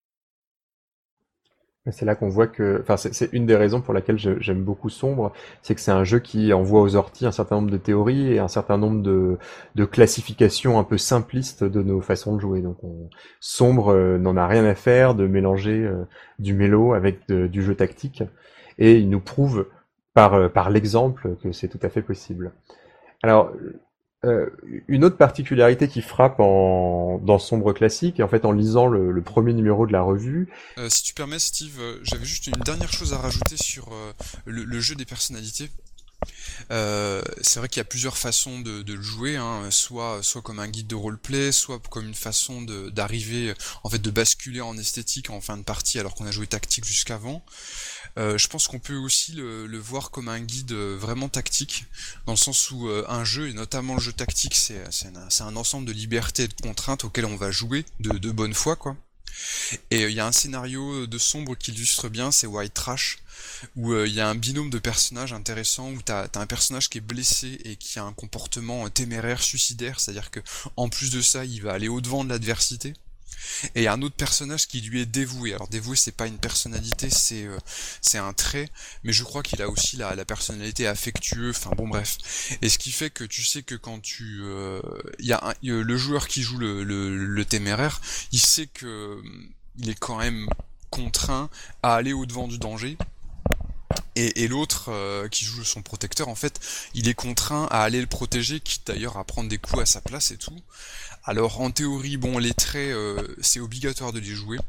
C'est là qu'on voit que, enfin, c'est une des raisons pour laquelle j'aime beaucoup Sombre, c'est que c'est un jeu qui envoie aux orties un certain nombre de théories et un certain nombre de classifications un peu simplistes de nos façons de jouer. Donc, Sombre n'en a rien à faire de mélanger du mélo avec du jeu tactique, et il nous prouve par l'exemple que c'est tout à fait possible. Alors, une autre particularité qui frappe dans Sombre classique, et en fait en lisant le premier numéro de la revue... Si tu permets Steve, j'avais juste une dernière chose à rajouter sur le jeu des personnalités. C'est vrai qu'il y a plusieurs façons de le jouer, hein, soit comme un guide de roleplay, soit comme une façon d'arriver, en fait de basculer en esthétique en fin de partie alors qu'on a joué tactique jusqu'avant. Je pense qu'on peut aussi le voir comme un guide vraiment tactique, dans le sens où un jeu, et notamment le jeu tactique, c'est un ensemble de libertés et de contraintes auxquelles on va jouer de bonne foi, quoi. Et il y a un scénario de Sombre qui illustre bien, c'est White Trash, où il y a un binôme de personnages intéressant, où t'as un personnage qui est blessé et qui a un comportement téméraire, suicidaire, c'est-à-dire que en plus de ça, il va aller au-devant de l'adversité. Et il y a un autre personnage qui lui est dévoué. Alors dévoué, c'est pas une personnalité, c'est un trait, mais je crois qu'il a aussi la personnalité affectueuse. Enfin bon, bref. Et ce qui fait que tu sais que quand il y a le joueur qui joue le téméraire, il sait que il est quand même contraint à aller au-devant du danger. Et l'autre qui joue son protecteur, en fait, il est contraint à aller le protéger, quitte d'ailleurs à prendre des coups à sa place et tout. Alors en théorie, bon, les traits, c'est obligatoire de les jouer.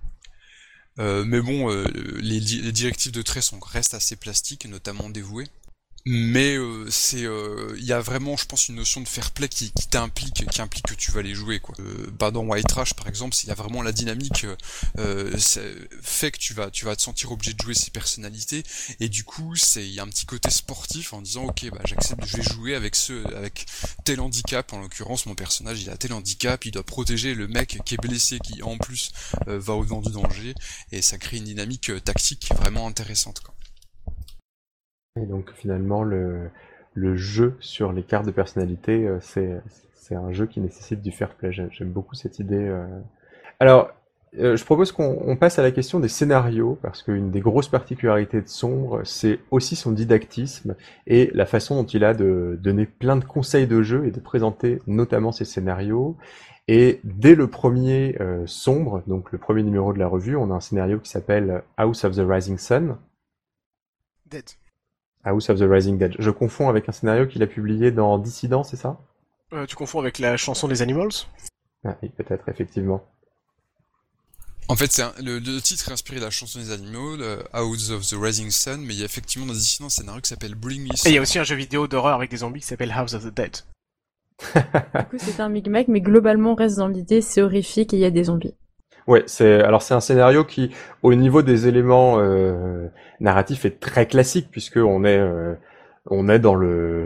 Mais bon, les directives de traits restent assez plastiques, notamment dévouées. Mais il y a vraiment, je pense, une notion de fair play qui implique que tu vas les jouer, quoi. Dans White Trash, par exemple, il y a vraiment la dynamique fait que tu vas te sentir obligé de jouer ces personnalités, et du coup, il y a un petit côté sportif en disant, ok, j'accepte, je vais jouer avec tel handicap. En l'occurrence, mon personnage, il a tel handicap, il doit protéger le mec qui est blessé, qui en plus va au-devant du danger, et ça crée une dynamique tactique vraiment intéressante, quoi. Et donc finalement, le jeu sur les cartes de personnalité, c'est un jeu qui nécessite du fair play. J'aime beaucoup cette idée. Alors, je propose qu'on passe à la question des scénarios, parce qu'une des grosses particularités de Sombre, c'est aussi son didactisme et la façon dont il a de donner plein de conseils de jeu et de présenter notamment ses scénarios. Et dès le premier Sombre, donc le premier numéro de la revue, on a un scénario qui s'appelle House of the Rising Sun. Dead. House of the Rising Dead. Je confonds avec un scénario qu'il a publié dans Dissident, c'est ça? Tu confonds avec la chanson des Animals? Ah oui, peut-être, effectivement. En fait, le titre est inspiré de la chanson des animaux, House of the Rising Sun, mais il y a effectivement dans Dissident un scénario qui s'appelle Bring Me Some. Et il y a aussi un jeu vidéo d'horreur avec des zombies qui s'appelle House of the Dead. Du coup, c'est un micmac, mais globalement, on reste dans l'idée, c'est horrifique et il y a des zombies. Ouais, c'est un scénario qui, au niveau des éléments narratifs, est très classique, puisque on est dans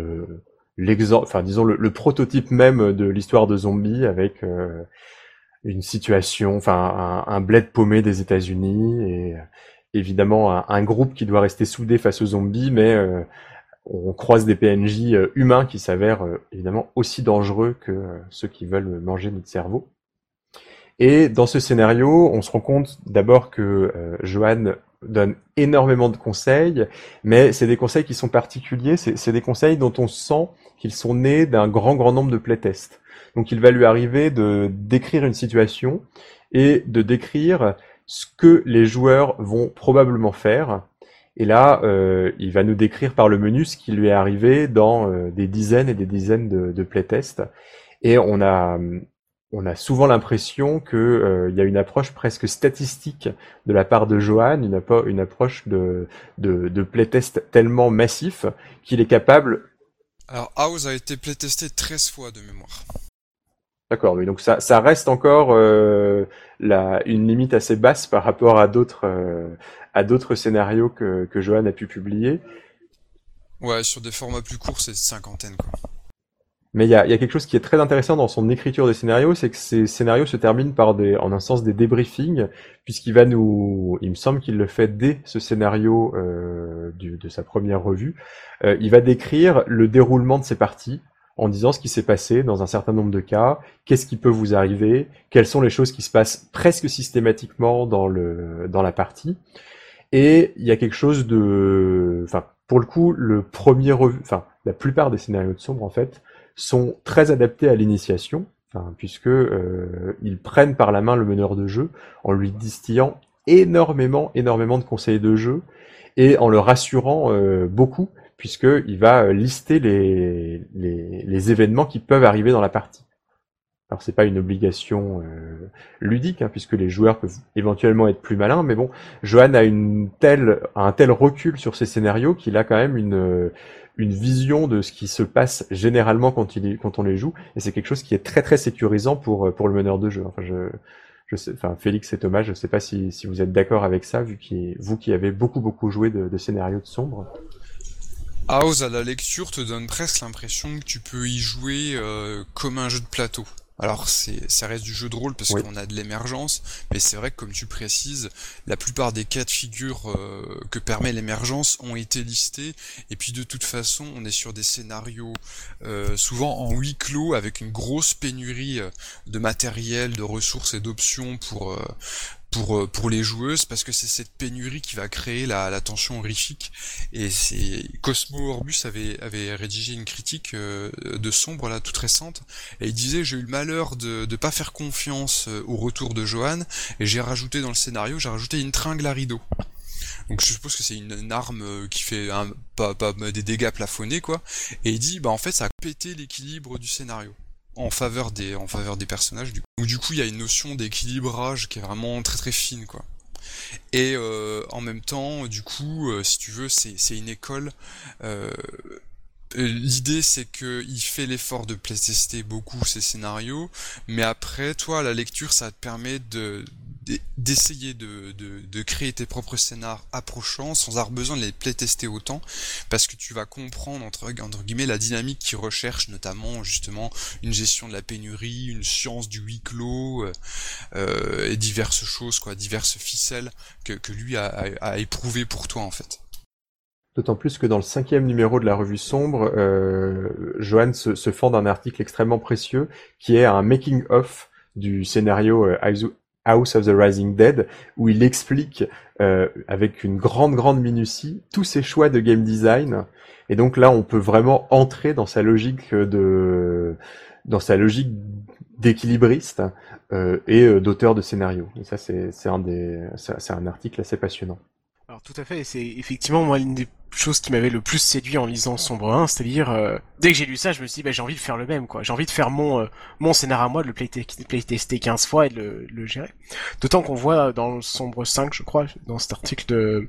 le prototype même de l'histoire de zombies, avec une situation, enfin un bled paumé des États-Unis, et évidemment un groupe qui doit rester soudé face aux zombies, mais on croise des PNJ humains qui s'avèrent évidemment aussi dangereux que ceux qui veulent manger notre cerveau. Et dans ce scénario, on se rend compte d'abord que Johan donne énormément de conseils, mais c'est des conseils qui sont particuliers, c'est des conseils dont on sent qu'ils sont nés d'un grand nombre de playtests. Donc il va lui arriver de décrire une situation et de décrire ce que les joueurs vont probablement faire. Et là, il va nous décrire par le menu ce qui lui est arrivé dans des dizaines et des dizaines de playtests. Et on a souvent l'impression que y a une approche presque statistique de la part de Johan, une approche de playtest tellement massif qu'il est capable. Alors House a été playtesté 13 fois de mémoire. D'accord, oui, donc ça reste encore une limite assez basse par rapport à d'autres scénarios que Johan a pu publier. Ouais, sur des formats plus courts, c'est 50, quoi. Mais il y a quelque chose qui est très intéressant dans son écriture des scénarios, c'est que ces scénarios se terminent par en un sens des débriefings, puisqu'il me semble qu'il le fait dès ce scénario de sa première revue. Il va décrire le déroulement de ses parties en disant ce qui s'est passé dans un certain nombre de cas, qu'est-ce qui peut vous arriver, quelles sont les choses qui se passent presque systématiquement dans la partie. Et il y a quelque chose pour le coup, la plupart des scénarios de Sombre en fait sont très adaptés à l'initiation, puisque ils prennent par la main le meneur de jeu en lui distillant énormément de conseils de jeu et en le rassurant beaucoup, puisqu'il va lister les événements qui peuvent arriver dans la partie. Alors c'est pas une obligation ludique, puisque les joueurs peuvent éventuellement être plus malins, mais bon, Johan a un tel recul sur ses scénarios qu'il a quand même une vision de ce qui se passe généralement quand on les joue, et c'est quelque chose qui est très très sécurisant pour le meneur de jeu. Félix et Thomas, je sais pas si vous êtes d'accord avec ça, vous qui avez beaucoup joué de scénarios de Sombre. House à la lecture te donne presque l'impression que tu peux y jouer comme un jeu de plateau. Alors ça reste du jeu de rôle parce Oui. qu'on a de l'émergence, mais c'est vrai que comme tu précises, la plupart des cas de figure que permet l'émergence ont été listés, et puis de toute façon on est sur des scénarios souvent en huis clos avec une grosse pénurie de matériel, de ressources et d'options pour les joueuses, parce que c'est cette pénurie qui va créer la tension horrifique. Et c'est Cosmo Orbus avait rédigé une critique de Sombre là toute récente, et il disait: j'ai eu le malheur de pas faire confiance au retour de Johan, et j'ai rajouté dans le scénario, j'ai rajouté une tringle à rideau. Donc je suppose que c'est une arme qui fait pas des dégâts plafonnés quoi. Et il dit en fait ça a pété l'équilibre du scénario en faveur des personnages du coup. Donc du coup il y a une notion d'équilibrage qui est vraiment très très fine quoi. Et en même temps du coup si tu veux c'est une école. L'idée c'est que il fait l'effort de playtester beaucoup ses scénarios, mais après toi à la lecture ça te permet d'essayer de créer tes propres scénars approchants sans avoir besoin de les playtester autant, parce que tu vas comprendre entre guillemets la dynamique qu'il recherche, notamment justement une gestion de la pénurie, une science du huis clos et diverses choses quoi, diverses ficelles que lui a éprouvé pour toi en fait. D'autant plus que dans le 5e numéro de la revue Sombre, Johan se fend d'un article extrêmement précieux qui est un making-of du scénario House of the Rising Dead, où il explique avec une grande minutie tous ses choix de game design. Et donc là, on peut vraiment entrer dans sa logique d'équilibriste et d'auteur de scénario. Et ça, c'est un article assez passionnant. Alors tout à fait, et c'est effectivement moi l'une des choses qui m'avait le plus séduit en lisant Sombre 1, c'est-à-dire dès que j'ai lu ça, je me suis dit j'ai envie de faire le même quoi, j'ai envie de faire mon scénar à moi, de le playtester 15 fois et de le gérer. D'autant qu'on voit dans le Sombre 5, je crois, dans cet article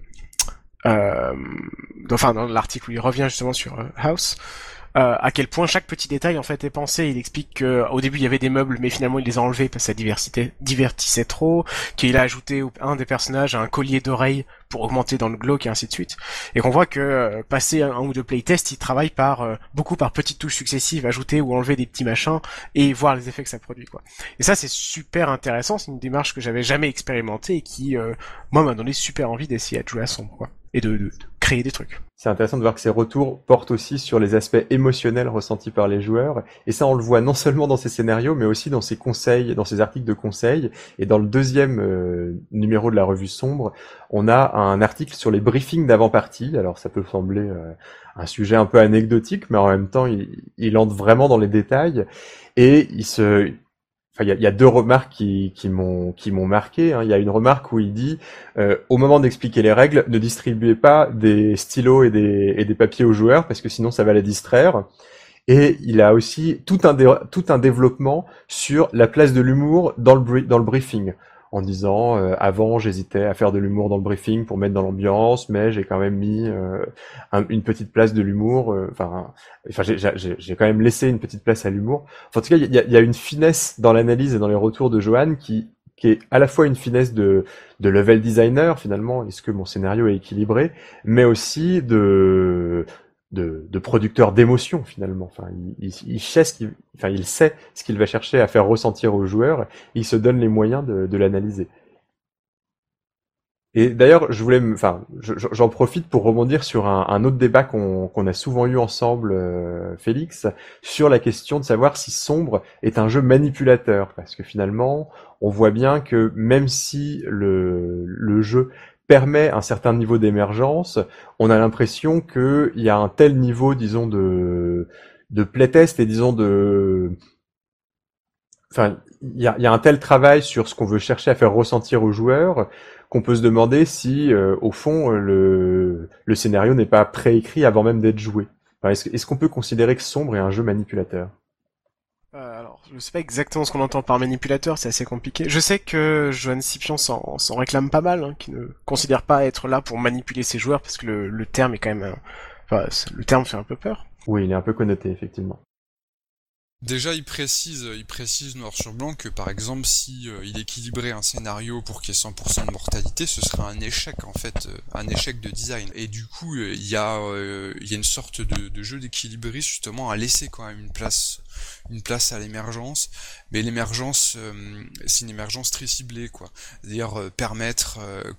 dans l'article où il revient justement sur House, à quel point chaque petit détail en fait est pensé. Il explique que au début il y avait des meubles, mais finalement il les a enlevés parce que ça divertissait trop, qu'il a ajouté un des personnages un collier d'oreille pour augmenter dans le glauque et ainsi de suite, et qu'on voit que passer un ou deux playtests, il travaille beaucoup par petites touches successives, ajouter ou enlever des petits machins et voir les effets que ça produit quoi. Et ça c'est super intéressant, c'est une démarche que j'avais jamais expérimentée et qui moi m'a donné super envie d'essayer de jouer à Sombre quoi, et de créer des trucs. C'est intéressant de voir que ces retours portent aussi sur les aspects émotionnels ressentis par les joueurs. Et ça, on le voit non seulement dans ses scénarios, mais aussi dans ses conseils, dans ses articles de conseils. Et dans le 2e numéro de la revue Sombre, on a un article sur les briefings d'avant-partie. Alors, ça peut sembler un sujet un peu anecdotique, mais en même temps, il entre vraiment dans les détails. Et il y a deux remarques qui m'ont marqué. Hein. Il y a une remarque où il dit au moment d'expliquer les règles, ne distribuez pas des stylos et des papiers aux joueurs parce que sinon ça va les distraire. Et il a aussi tout un développement sur la place de l'humour dans le briefing, en disant avant j'hésitais à faire de l'humour dans le briefing pour mettre dans l'ambiance, mais j'ai quand même mis une petite place de l'humour. J'ai quand même laissé une petite place à l'humour. Enfin, en tout cas, il y a une finesse dans l'analyse et dans les retours de Johan qui est à la fois une finesse de level designer finalement. Est-ce que mon scénario est équilibré, mais aussi de producteur d'émotions finalement. Enfin, il sait ce qu'il va chercher à faire ressentir aux joueurs. Il se donne les moyens de l'analyser. Et d'ailleurs, j'en profite pour rebondir sur un autre débat qu'on a souvent eu ensemble, Félix, sur la question de savoir si Sombre est un jeu manipulateur, parce que finalement, on voit bien que même si le jeu permet un certain niveau d'émergence, on a l'impression qu'il y a un tel niveau, disons, de playtest et disons il y a un tel travail sur ce qu'on veut chercher à faire ressentir aux joueurs qu'on peut se demander si, au fond, le scénario n'est pas préécrit avant même d'être joué. Enfin, est-ce qu'on peut considérer que Sombre est un jeu manipulateur ? Alors, je sais pas exactement ce qu'on entend par manipulateur, c'est assez compliqué. Je sais que Johan Scipion s'en réclame pas mal, hein, qui ne considère pas être là pour manipuler ses joueurs, parce que le terme est quand même... le terme fait un peu peur. Oui, il est un peu connoté, effectivement. Déjà, il précise noir sur blanc que par exemple, si il équilibrait un scénario pour qu'il y ait 100% de mortalité, ce serait un échec en fait, un échec de design. Et du coup, il y a une sorte de jeu d'équilibrisme justement à laisser quand même une place à l'émergence. Mais l'émergence, c'est une émergence très ciblée quoi. C'est-à-dire permettre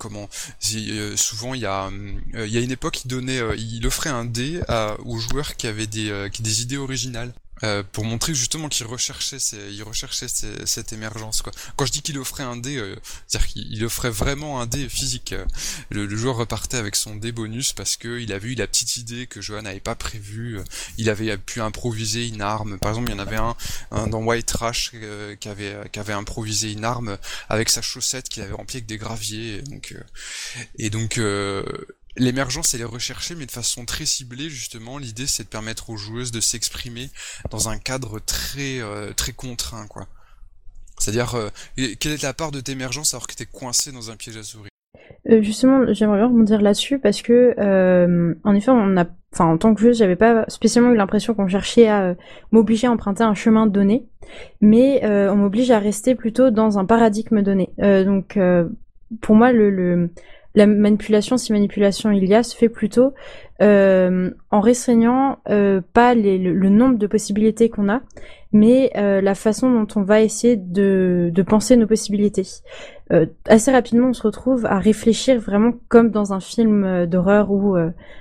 souvent il y a une époque il offrait un dé aux joueurs qui avaient des idées originales. Pour montrer justement qu'il recherchait cette émergence quoi. Quand je dis qu'il offrait un dé, c'est-à-dire qu'il offrait vraiment un dé physique. Le joueur repartait avec son dé bonus parce que il avait eu la petite idée que Johan n'avait pas prévue. Il avait pu improviser une arme. Par exemple, il y en avait un dans White Trash qui avait improvisé une arme avec sa chaussette qu'il avait remplie avec des graviers. Et donc l'émergence, elle est recherchée, mais de façon très ciblée, justement. L'idée, c'est de permettre aux joueuses de s'exprimer dans un cadre très contraint, quoi. C'est-à-dire, quelle est la part de d'émergence alors que t'es coincé dans un piège à souris? Justement, j'aimerais bien rebondir là-dessus parce que, en effet, en tant que joueuse, j'avais pas spécialement eu l'impression qu'on cherchait à m'obliger à emprunter un chemin donné, mais on m'oblige à rester plutôt dans un paradigme donné. Donc, pour moi, la manipulation, si manipulation il y a, se fait plutôt en restreignant pas le nombre de possibilités qu'on a, mais la façon dont on va essayer de penser nos possibilités. Assez rapidement, on se retrouve à réfléchir vraiment comme dans un film d'horreur ou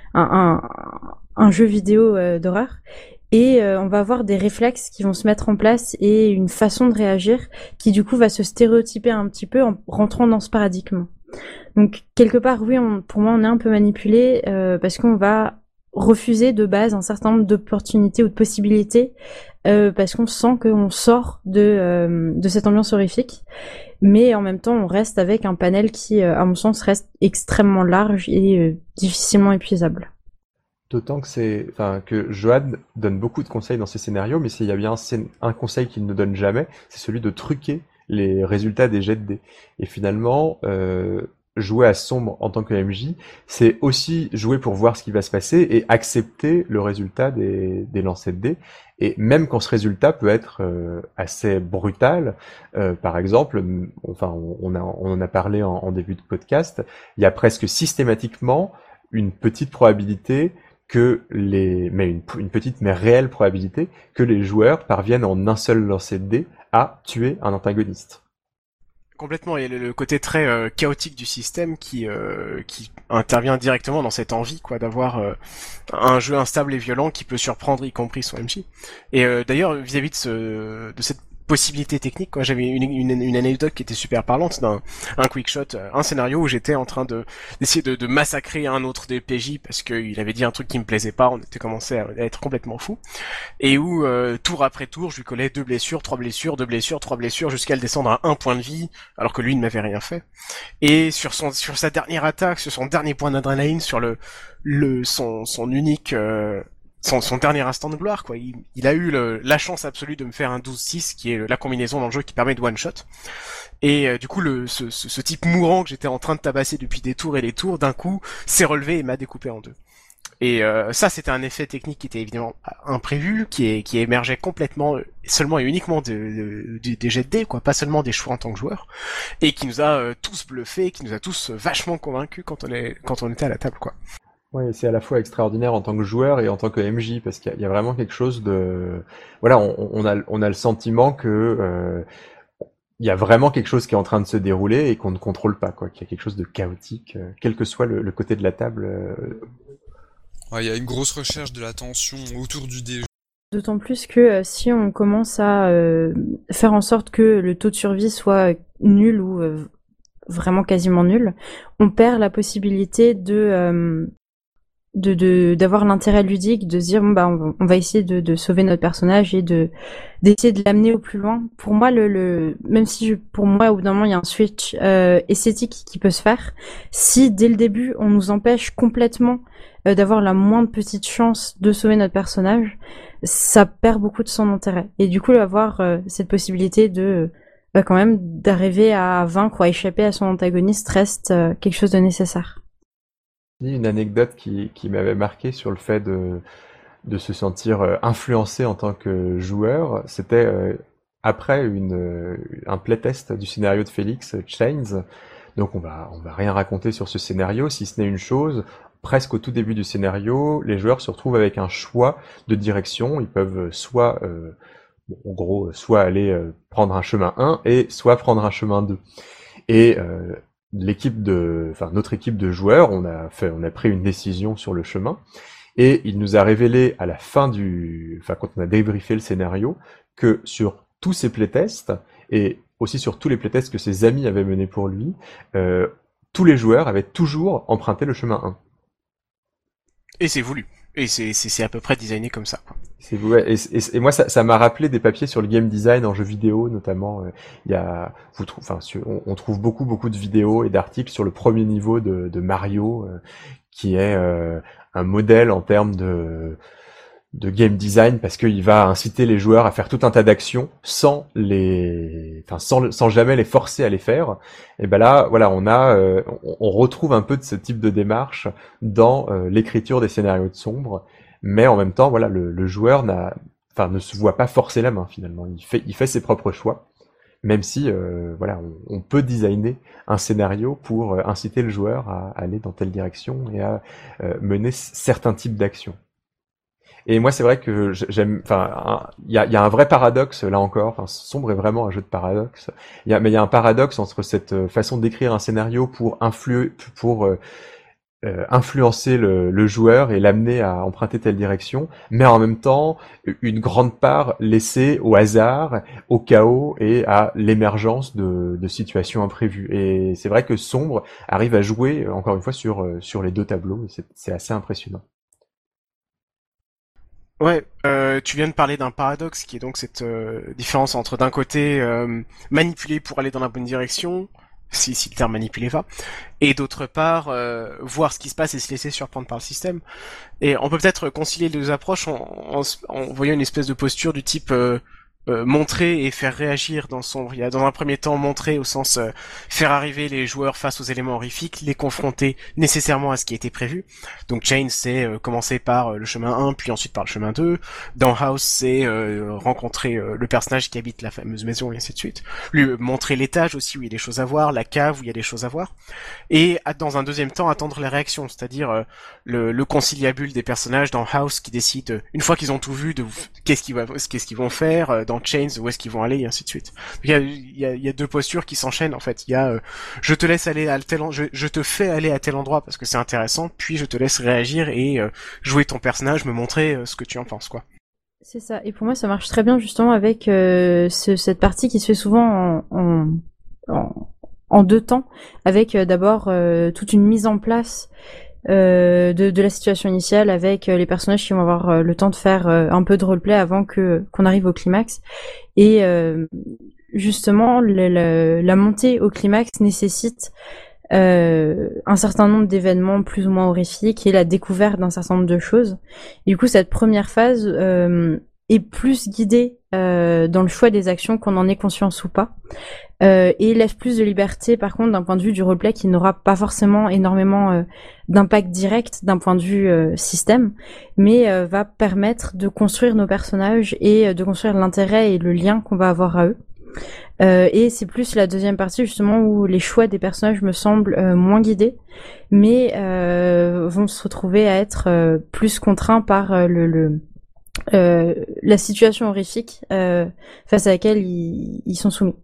un jeu vidéo d'horreur. Et on va avoir des réflexes qui vont se mettre en place et une façon de réagir qui du coup va se stéréotyper un petit peu en rentrant dans ce paradigme. Donc quelque part, oui, pour moi, on est un peu manipulé parce qu'on va refuser de base un certain nombre d'opportunités ou de possibilités parce qu'on sent qu'on sort de cette ambiance horrifique. Mais en même temps, on reste avec un panel qui, à mon sens, reste extrêmement large et difficilement épuisable. D'autant que Johan donne beaucoup de conseils dans ses scénarios, mais s'il y a bien un conseil qu'il ne donne jamais, c'est celui de truquer les résultats des jets de dés. Et finalement, jouer à sombre en tant que MJ, c'est aussi jouer pour voir ce qui va se passer et accepter le résultat des lancers de dés. Et même quand ce résultat peut être assez brutal, par exemple, on en a parlé en début de podcast, il y a presque systématiquement une petite probabilité une petite mais réelle probabilité que les joueurs parviennent en un seul lancer de dés à tuer un antagoniste. Complètement, il y a le côté très chaotique du système qui intervient directement dans cette envie quoi d'avoir un jeu instable et violent qui peut surprendre y compris son MJ. Et d'ailleurs vis-à-vis de cette possibilité technique quoi, j'avais une anecdote qui était super parlante d'un quick shot, un scénario où j'étais en train d'essayer de massacrer un autre des PJ parce qu'il avait dit un truc qui me plaisait pas, on était commencé à être complètement fou, et où tour après tour je lui collais 2 blessures, 3 blessures, 2 blessures, 3 blessures jusqu'à le descendre à 1 point de vie alors que lui ne m'avait rien fait. Et sur sa dernière attaque, sur son dernier point d'adrénaline, sur son unique son dernier instant de gloire quoi, il a eu la chance absolue de me faire un 12-6 qui est la combinaison dans le jeu qui permet de one shot. Et du coup ce type mourant que j'étais en train de tabasser depuis des tours et des tours d'un coup s'est relevé et m'a découpé en deux. Et ça c'était un effet technique qui était évidemment imprévu, qui émergeait complètement seulement et uniquement des jets de dés quoi, pas seulement des choix en tant que joueur, et qui nous a tous bluffés, qui nous a tous vachement convaincus quand on était à la table quoi. Ouais, c'est à la fois extraordinaire en tant que joueur et en tant que MJ parce qu'il y a vraiment quelque chose de, voilà, on a le sentiment que il y a vraiment quelque chose qui est en train de se dérouler et qu'on ne contrôle pas quoi, qu'il y a quelque chose de chaotique, quel que soit le côté de la table. Ouais, il y a une grosse recherche de la tension autour du dé. D'autant plus que si on commence à faire en sorte que le taux de survie soit nul ou vraiment quasiment nul, on perd la possibilité d'avoir l'intérêt ludique, de se dire bon bah on va essayer de sauver notre personnage et d'essayer de l'amener au plus loin. Pour moi même si pour moi au bout d'un moment il y a un switch esthétique qui peut se faire, si dès le début on nous empêche complètement d'avoir la moindre petite chance de sauver notre personnage, ça perd beaucoup de son intérêt. Et du coup avoir cette possibilité de quand même d'arriver à vaincre ou à échapper à son antagoniste reste quelque chose de nécessaire. Une anecdote qui m'avait marqué sur le fait de se sentir influencé en tant que joueur, c'était après un playtest du scénario de Félix, Chains. Donc on va rien raconter sur ce scénario, si ce n'est une chose. Presque au tout début du scénario, les joueurs se retrouvent avec un choix de direction. Ils peuvent soit, en gros, soit aller prendre un chemin 1 et soit prendre un chemin 2. Et notre équipe de joueurs, on a pris une décision sur le chemin. Et il nous a révélé à la fin quand on a débriefé le scénario, que sur tous ces playtests, et aussi sur tous les playtests que ses amis avaient menés pour lui, tous les joueurs avaient toujours emprunté le chemin 1. Et c'est voulu. Et c'est à peu près designé comme ça, quoi. Et moi, ça m'a rappelé des papiers sur le game design en jeux vidéo, notamment. On trouve beaucoup de vidéos et d'articles sur le premier niveau de Mario, qui est un modèle en termes de game design, parce qu'il va inciter les joueurs à faire tout un tas d'actions sans jamais les forcer à les faire. Et ben là, voilà, on retrouve un peu de ce type de démarche dans l'écriture des scénarios de Sombre, mais en même temps, voilà, le joueur ne se voit pas forcer la main finalement. Il fait ses propres choix, même si on peut designer un scénario pour inciter le joueur à aller dans telle direction et à mener certains types d'actions. Et moi, c'est vrai que j'aime. Il y a un vrai paradoxe là encore. Sombre est vraiment un jeu de paradoxe. Mais il y a un paradoxe entre cette façon d'écrire un scénario pour influencer le joueur et l'amener à emprunter telle direction, mais en même temps une grande part laissée au hasard, au chaos et à l'émergence de situations imprévues. Et c'est vrai que Sombre arrive à jouer encore une fois sur les deux tableaux. Et c'est assez impressionnant. Ouais, tu viens de parler d'un paradoxe qui est donc cette différence entre d'un côté manipuler pour aller dans la bonne direction, si le terme manipuler va, et d'autre part voir ce qui se passe et se laisser surprendre par le système. Et on peut peut-être concilier les deux approches en voyant une espèce de posture du type montrer et faire réagir dans Sombre. Il y a dans un premier temps montrer au sens faire arriver les joueurs face aux éléments horrifiques, les confronter nécessairement à ce qui a été prévu. Donc Chains, c'est commencer par le chemin 1 puis ensuite par le chemin 2. Dans House, c'est rencontrer le personnage qui habite la fameuse maison et ainsi de suite. Lui montrer l'étage aussi où il y a des choses à voir, la cave où il y a des choses à voir. Et dans un deuxième temps attendre les réactions, c'est-à-dire le conciliabule des personnages dans House qui décide une fois qu'ils ont tout vu de qu'est-ce qu'ils vont faire, dans Chains où est-ce qu'ils vont aller et ainsi de suite. Il y a deux postures qui s'enchaînent en fait. Il y a je te laisse aller à je te fais aller à tel endroit parce que c'est intéressant, puis je te laisse réagir et jouer ton personnage, me montrer ce que tu en penses, quoi. C'est ça. Et pour moi, ça marche très bien justement avec cette partie qui se fait souvent en deux temps, avec d'abord toute une mise en place de la situation initiale avec les personnages qui vont avoir le temps de faire un peu de roleplay avant qu'on arrive au climax. Et justement, la montée au climax nécessite un certain nombre d'événements plus ou moins horrifiques et la découverte d'un certain nombre de choses. Et du coup, cette première phase est plus guidée dans le choix des actions, qu'on en ait conscience ou pas, et laisse plus de liberté par contre d'un point de vue du roleplay qui n'aura pas forcément énormément d'impact direct d'un point de vue système, mais va permettre de construire nos personnages et de construire l'intérêt et le lien qu'on va avoir à eux. Et c'est plus la deuxième partie justement où les choix des personnages me semblent moins guidés, mais vont se retrouver à être plus contraints par la situation horrifique face à laquelle ils sont soumis.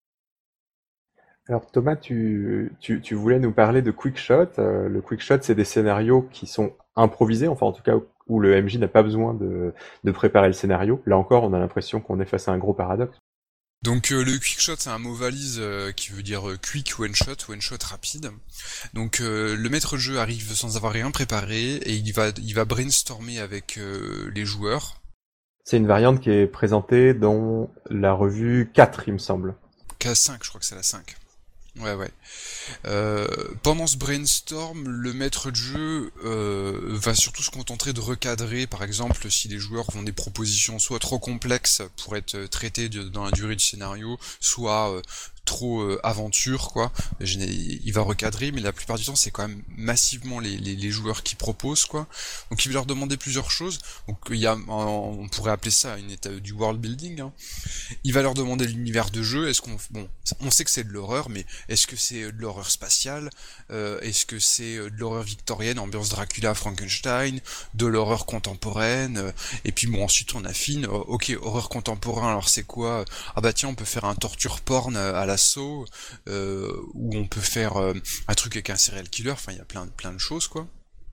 Alors Thomas, tu voulais nous parler de Quickshot. Le Quickshot, c'est des scénarios qui sont improvisés, enfin en tout cas où le MJ n'a pas besoin de préparer le scénario. Là encore, on a l'impression qu'on est face à un gros paradoxe. Donc le quick-shot, c'est un mot valise qui veut dire quick one-shot rapide. Donc le maître de jeu arrive sans avoir rien préparé et il va brainstormer avec les joueurs. C'est une variante qui est présentée dans la revue 4, il me semble. K5, je crois que c'est la 5. Ouais. Pendant ce brainstorm, le maître de jeu va surtout se contenter de recadrer, par exemple, si les joueurs font des propositions soit trop complexes pour être traitées dans la durée du scénario, soit trop aventure, quoi. Il va recadrer, mais la plupart du temps, c'est quand même massivement les joueurs qui proposent, quoi. Donc il va leur demander plusieurs choses. Donc on pourrait appeler ça une étape du world building, hein. Il va leur demander l'univers de jeu. On sait que c'est de l'horreur, mais est-ce que c'est de l'horreur spatiale? Est-ce que c'est de l'horreur victorienne, ambiance Dracula, Frankenstein, de l'horreur contemporaine? Et puis ensuite on affine. Ok, horreur contemporain, alors c'est quoi? Ah bah tiens, on peut faire un torture porn à l'assaut, ou on peut faire un truc avec un serial killer. Enfin, il y a plein de choses, quoi.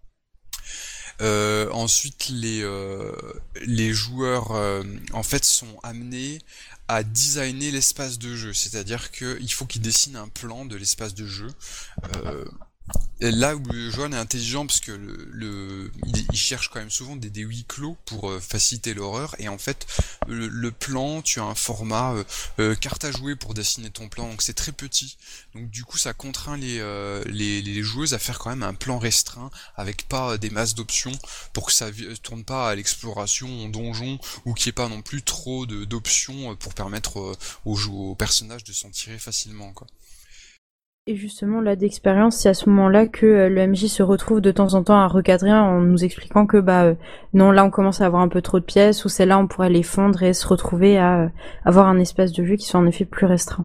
Ensuite, les joueurs en fait sont amenés à designer l'espace de jeu, c'est-à-dire qu'il faut qu'ils dessinent un plan de l'espace de jeu. Et là où le joueur est intelligent, parce que il cherche quand même souvent des huis clos pour faciliter l'horreur, et en fait le plan, tu as un format carte à jouer pour dessiner ton plan, donc c'est très petit, donc du coup ça contraint les joueuses à faire quand même un plan restreint avec pas des masses d'options, pour que ça tourne pas à l'exploration en donjon, ou qu'il n'y ait pas non plus trop d'options pour permettre aux personnages de s'en tirer facilement, quoi. Et justement, là, d'expérience, c'est à ce moment-là que le MJ se retrouve de temps en temps à recadrer en nous expliquant que, non, là, on commence à avoir un peu trop de pièces, ou celles-là, on pourrait les fondre et se retrouver à avoir un espace de jeu qui soit en effet plus restreint.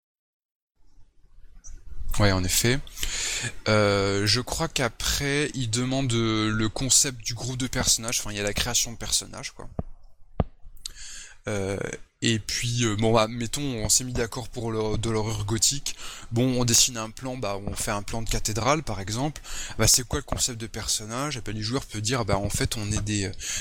Ouais, en effet. Je crois qu'après, il demande le concept du groupe de personnages, enfin, il y a la création de personnages, quoi. Et puis mettons, on s'est mis d'accord pour de l'horreur gothique. Bon, on dessine un plan, on fait un plan de cathédrale par exemple. C'est quoi le concept de personnage? Et les joueurs peuvent dire en fait on est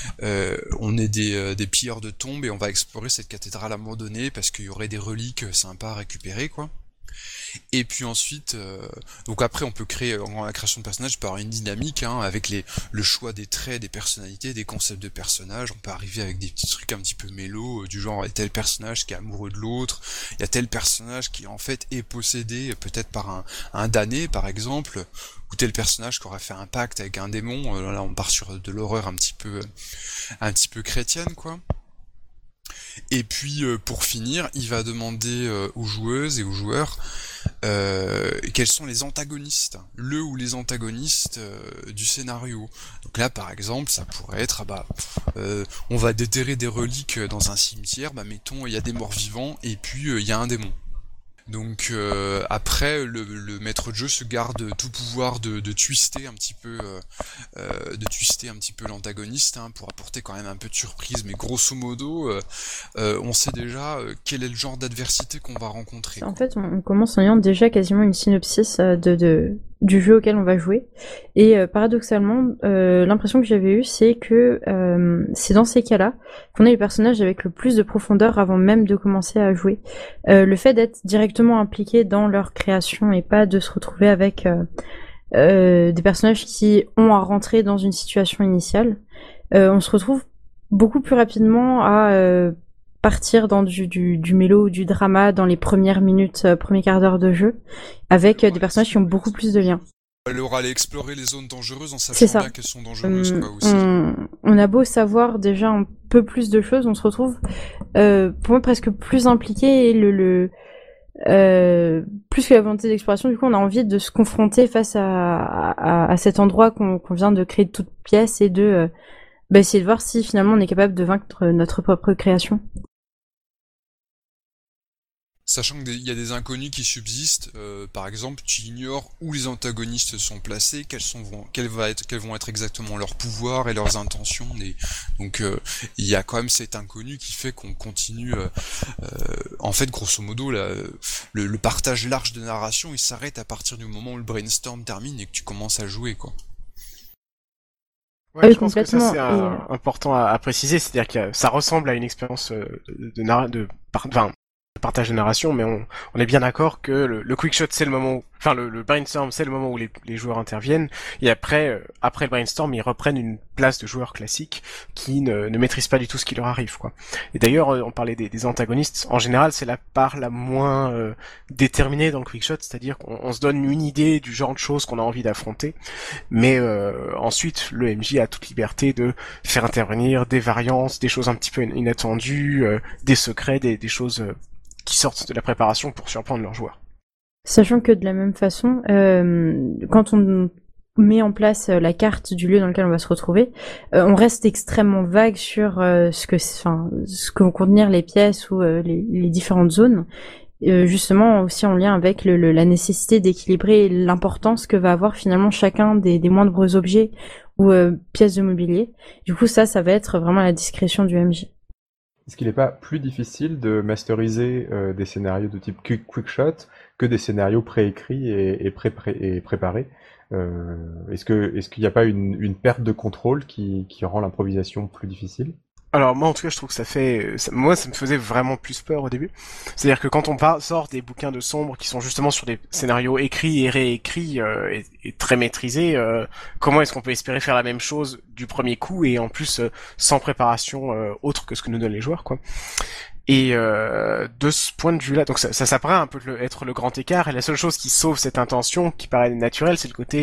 des pilleurs de tombes et on va explorer cette cathédrale abandonnée parce qu'il y aurait des reliques sympas à récupérer, quoi. Et puis ensuite, donc après on peut créer, en la création de personnages, par une dynamique, hein, avec le choix des traits, des personnalités, des concepts de personnages. On peut arriver avec des petits trucs un petit peu mélo, du genre tel personnage qui est amoureux de l'autre, il y a tel personnage qui en fait est possédé peut-être par un damné par exemple, ou tel personnage qui aura fait un pacte avec un démon. Là on part sur de l'horreur un petit peu chrétienne, quoi. Et puis pour finir, il va demander aux joueuses et aux joueurs quels sont les antagonistes, le ou les antagonistes du scénario. Donc là par exemple, ça pourrait être on va déterrer des reliques dans un cimetière, mettons il y a des morts vivants et puis il y a un démon. Donc après le maître de jeu se garde tout pouvoir de twister un petit peu l'antagoniste, hein, pour apporter quand même un peu de surprise, mais grosso modo on sait déjà quel est le genre d'adversité qu'on va rencontrer. En fait, on commence en ayant déjà quasiment une synopsis du jeu auquel on va jouer, et paradoxalement l'impression que j'avais eue, c'est que c'est dans ces cas-là qu'on a les personnages avec le plus de profondeur avant même de commencer à jouer. Le fait d'être directement impliqué dans leur création et pas de se retrouver avec des personnages qui ont à rentrer dans une situation initiale, on se retrouve beaucoup plus rapidement à partir dans du mélo ou du drama dans les premières minutes, premier quart d'heure de jeu, avec des personnages qui ont beaucoup plus de liens. Elle aura allé explorer les zones dangereuses en sachant bien qu'elles sont dangereuses, quoi, aussi. On a beau savoir déjà un peu plus de choses, on se retrouve pour moi presque plus impliqué, et plus que la volonté d'exploration, du coup on a envie de se confronter face à cet endroit qu'on vient de créer de toutes pièces, et de essayer de voir si finalement on est capable de vaincre notre propre création. Sachant qu'il y a des inconnus qui subsistent, par exemple, tu ignores où les antagonistes sont placés, quels vont être exactement leurs pouvoirs et leurs intentions. Donc il y a quand même cet inconnu qui fait qu'on continue. En fait, grosso modo, le partage large de narration, il s'arrête à partir du moment où le brainstorm termine et que tu commences à jouer, quoi. Ouais, je pense que ça c'est important à préciser, c'est-à-dire que ça ressemble à une expérience de partage de narration, mais on est bien d'accord que le quick shot c'est le moment où, le brainstorm c'est le moment où les joueurs interviennent, et après le brainstorm ils reprennent une place de joueurs classiques qui ne maîtrisent pas du tout ce qui leur arrive, quoi. Et d'ailleurs on parlait des antagonistes, en général c'est la part la moins déterminée dans le quick shot, c'est-à-dire qu'on se donne une idée du genre de choses qu'on a envie d'affronter, mais ensuite le MJ a toute liberté de faire intervenir des variantes, des choses un petit peu inattendues, des secrets, des choses qui sortent de la préparation pour surprendre leurs joueurs. Sachant que de la même façon, quand on met en place la carte du lieu dans lequel on va se retrouver, on reste extrêmement vague sur ce que vont contenir les pièces ou les différentes zones. Justement aussi en lien avec la nécessité d'équilibrer l'importance que va avoir finalement chacun des moindres objets ou pièces de mobilier. Du coup, ça va être vraiment à la discrétion du MJ. Est-ce qu'il n'est pas plus difficile de masteriser des scénarios de type quick-shot que des scénarios préécrits et préparés? Est-ce qu'il n'y a pas une perte de contrôle qui rend l'improvisation plus difficile? Alors moi en tout cas je trouve que moi ça me faisait vraiment plus peur au début. C'est-à-dire que quand on sort des bouquins de Sombre qui sont justement sur des scénarios écrits et réécrits et très maîtrisés, comment est-ce qu'on peut espérer faire la même chose du premier coup et en plus sans préparation autre que ce que nous donnent les joueurs quoi. Et de ce point de vue-là, donc ça paraît un peu être le grand écart, et la seule chose qui sauve cette intention, qui paraît naturelle, c'est le côté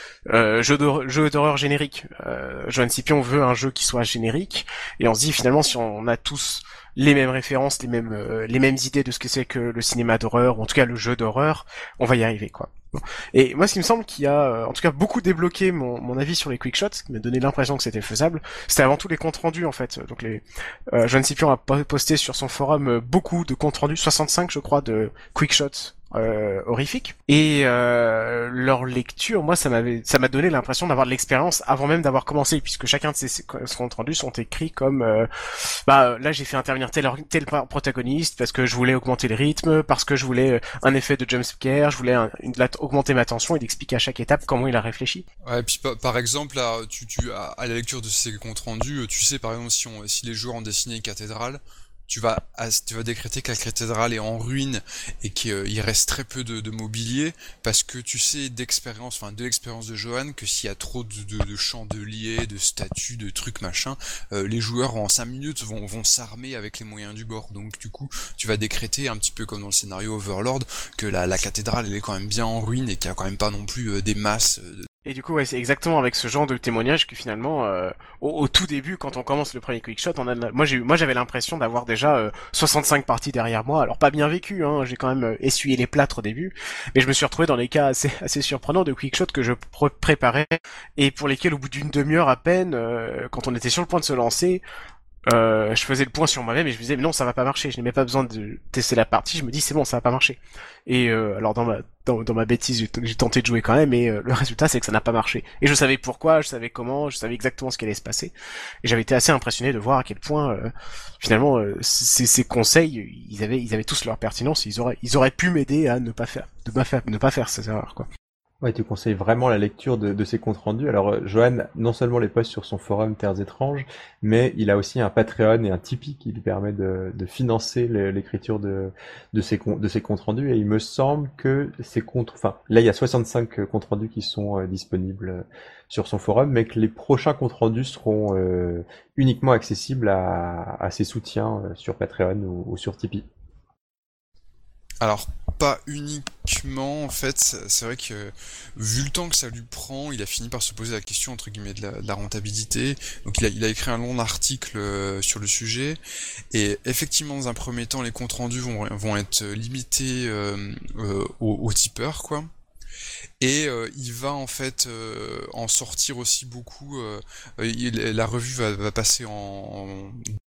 jeu d'horreur générique. Johan Scipion veut un jeu qui soit générique, et on se dit finalement si on a tous les mêmes références, les mêmes idées de ce que c'est que le cinéma d'horreur, ou en tout cas le jeu d'horreur, on va y arriver quoi. Et moi, ce qui me semble qui a, en tout cas, beaucoup débloqué mon avis sur les quickshots, ce qui m'a donné l'impression que c'était faisable, c'était avant tout les comptes rendus en fait. Donc Johan Scipion a posté sur son forum beaucoup de comptes rendus, 65 je crois, de quickshots horrifiques. Et leur lecture, moi, ça m'a donné l'impression d'avoir de l'expérience avant même d'avoir commencé, puisque chacun de ces comptes rendus sont écrits comme, là j'ai fait intervenir tel protagoniste parce que je voulais augmenter le rythme, parce que je voulais un effet de jumpscare, je voulais augmenter ma tension, et d'expliquer à chaque étape comment il a réfléchi. Ouais, et puis par exemple, là, à la lecture de ces comptes rendus, tu sais par exemple si les joueurs ont dessiné une cathédrale, tu vas décréter que la cathédrale est en ruine et qu'il reste très peu de mobilier, parce que tu sais de l'expérience de Johan, que s'il y a trop de chandeliers, de statues, de trucs machin, les joueurs en 5 minutes vont s'armer avec les moyens du bord. Donc du coup, tu vas décréter un petit peu comme dans le scénario Overlord que la cathédrale elle est quand même bien en ruine et qu'il y a quand même pas non plus des masses. Et du coup, ouais, c'est exactement avec ce genre de témoignage que finalement, au tout début, quand on commence le premier quickshot, moi j'avais l'impression d'avoir déjà 65 parties derrière moi. Alors pas bien vécu, hein, j'ai quand même essuyé les plâtres au début, mais je me suis retrouvé dans des cas assez surprenants de quickshot que je préparais et pour lesquels, au bout d'une demi-heure à peine, quand on était sur le point de se lancer, je faisais le point sur moi-même et je me disais mais non, ça va pas marcher, je n'avais pas besoin de tester la partie, je me dis c'est bon, ça va pas marcher. Et alors dans ma bêtise j'ai tenté de jouer quand même, et le résultat c'est que ça n'a pas marché. Et je savais pourquoi, je savais comment, je savais exactement ce qui allait se passer, et j'avais été assez impressionné de voir à quel point finalement ces conseils ils avaient tous leur pertinence, et ils auraient pu m'aider à ne pas faire ces erreurs quoi. Ouais, tu conseilles vraiment la lecture de ces comptes rendus. Alors, Johan, non seulement les poste sur son forum Terres étranges, mais il a aussi un Patreon et un Tipeee qui lui permet de financer l'écriture de ces comptes rendus. Et il me semble que là, il y a 65 comptes rendus qui sont disponibles sur son forum, mais que les prochains comptes rendus seront uniquement accessibles à ses soutiens sur Patreon ou sur Tipeee. Alors, pas uniquement, en fait, c'est vrai que, vu le temps que ça lui prend, il a fini par se poser la question, entre guillemets, de la rentabilité. Donc il a écrit un long article sur le sujet, et effectivement, dans un premier temps, les comptes rendus vont être limités aux tipeurs, quoi. Et il va en fait en sortir aussi beaucoup. La revue va passer en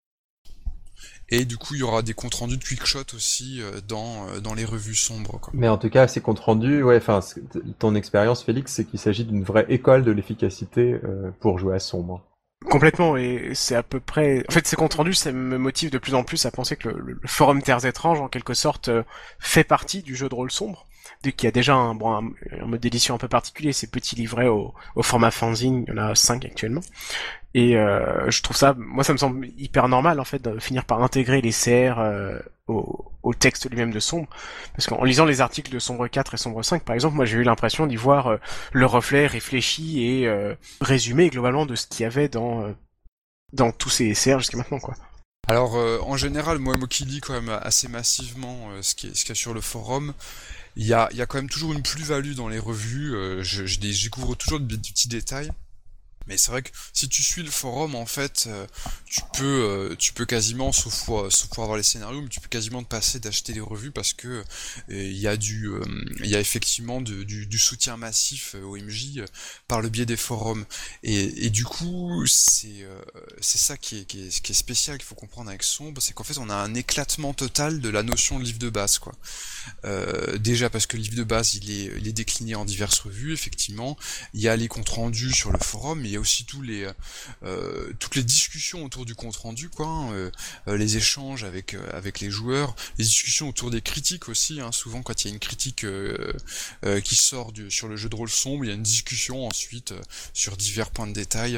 et du coup, il y aura des comptes rendus de quickshot aussi dans les revues sombres, quoi. Mais en tout cas, ces comptes rendus, ouais, ton expérience, Félix, c'est qu'il s'agit d'une vraie école de l'efficacité pour jouer à sombre. Complètement, et c'est à peu près... En fait, ces comptes rendus, ça me motive de plus en plus à penser que le forum Terres étranges, en quelque sorte, fait partie du jeu de rôle sombre, qui a déjà un mode d'édition un peu particulier, ces petits livrets au format fanzine, il y en a 5 actuellement. Et je trouve ça, moi ça me semble hyper normal en fait de finir par intégrer les CR au texte lui-même de Sombre, parce qu'en lisant les articles de Sombre 4 et Sombre 5 par exemple, moi j'ai eu l'impression d'y voir le reflet réfléchi et résumé globalement de ce qu'il y avait dans tous ces CR jusqu'à maintenant quoi. Alors en général, moi qui lis quand même assez massivement ce qu'il y a sur le forum, il y a quand même toujours une plus-value dans les revues, je découvre toujours de petits détails. Mais c'est vrai que si tu suis le forum, en fait, tu peux quasiment, sauf pour avoir les scénarios, mais tu peux quasiment te passer d'acheter les revues parce que il y a il y a effectivement du soutien massif au MJ par le biais des forums. Et du coup, c'est ça qui est spécial qu'il faut comprendre avec Sombre, c'est qu'en fait, on a un éclatement total de la notion de livre de base, quoi. Déjà parce que le livre de base, il est décliné en diverses revues, effectivement. Il y a les comptes rendus sur le forum, mais il y a aussi toutes les discussions autour du compte rendu, quoi, hein, les échanges avec les joueurs, les discussions autour des critiques aussi, hein, souvent quand il y a une critique qui sort sur le jeu de rôle Sombre, il y a une discussion ensuite sur divers points de détail.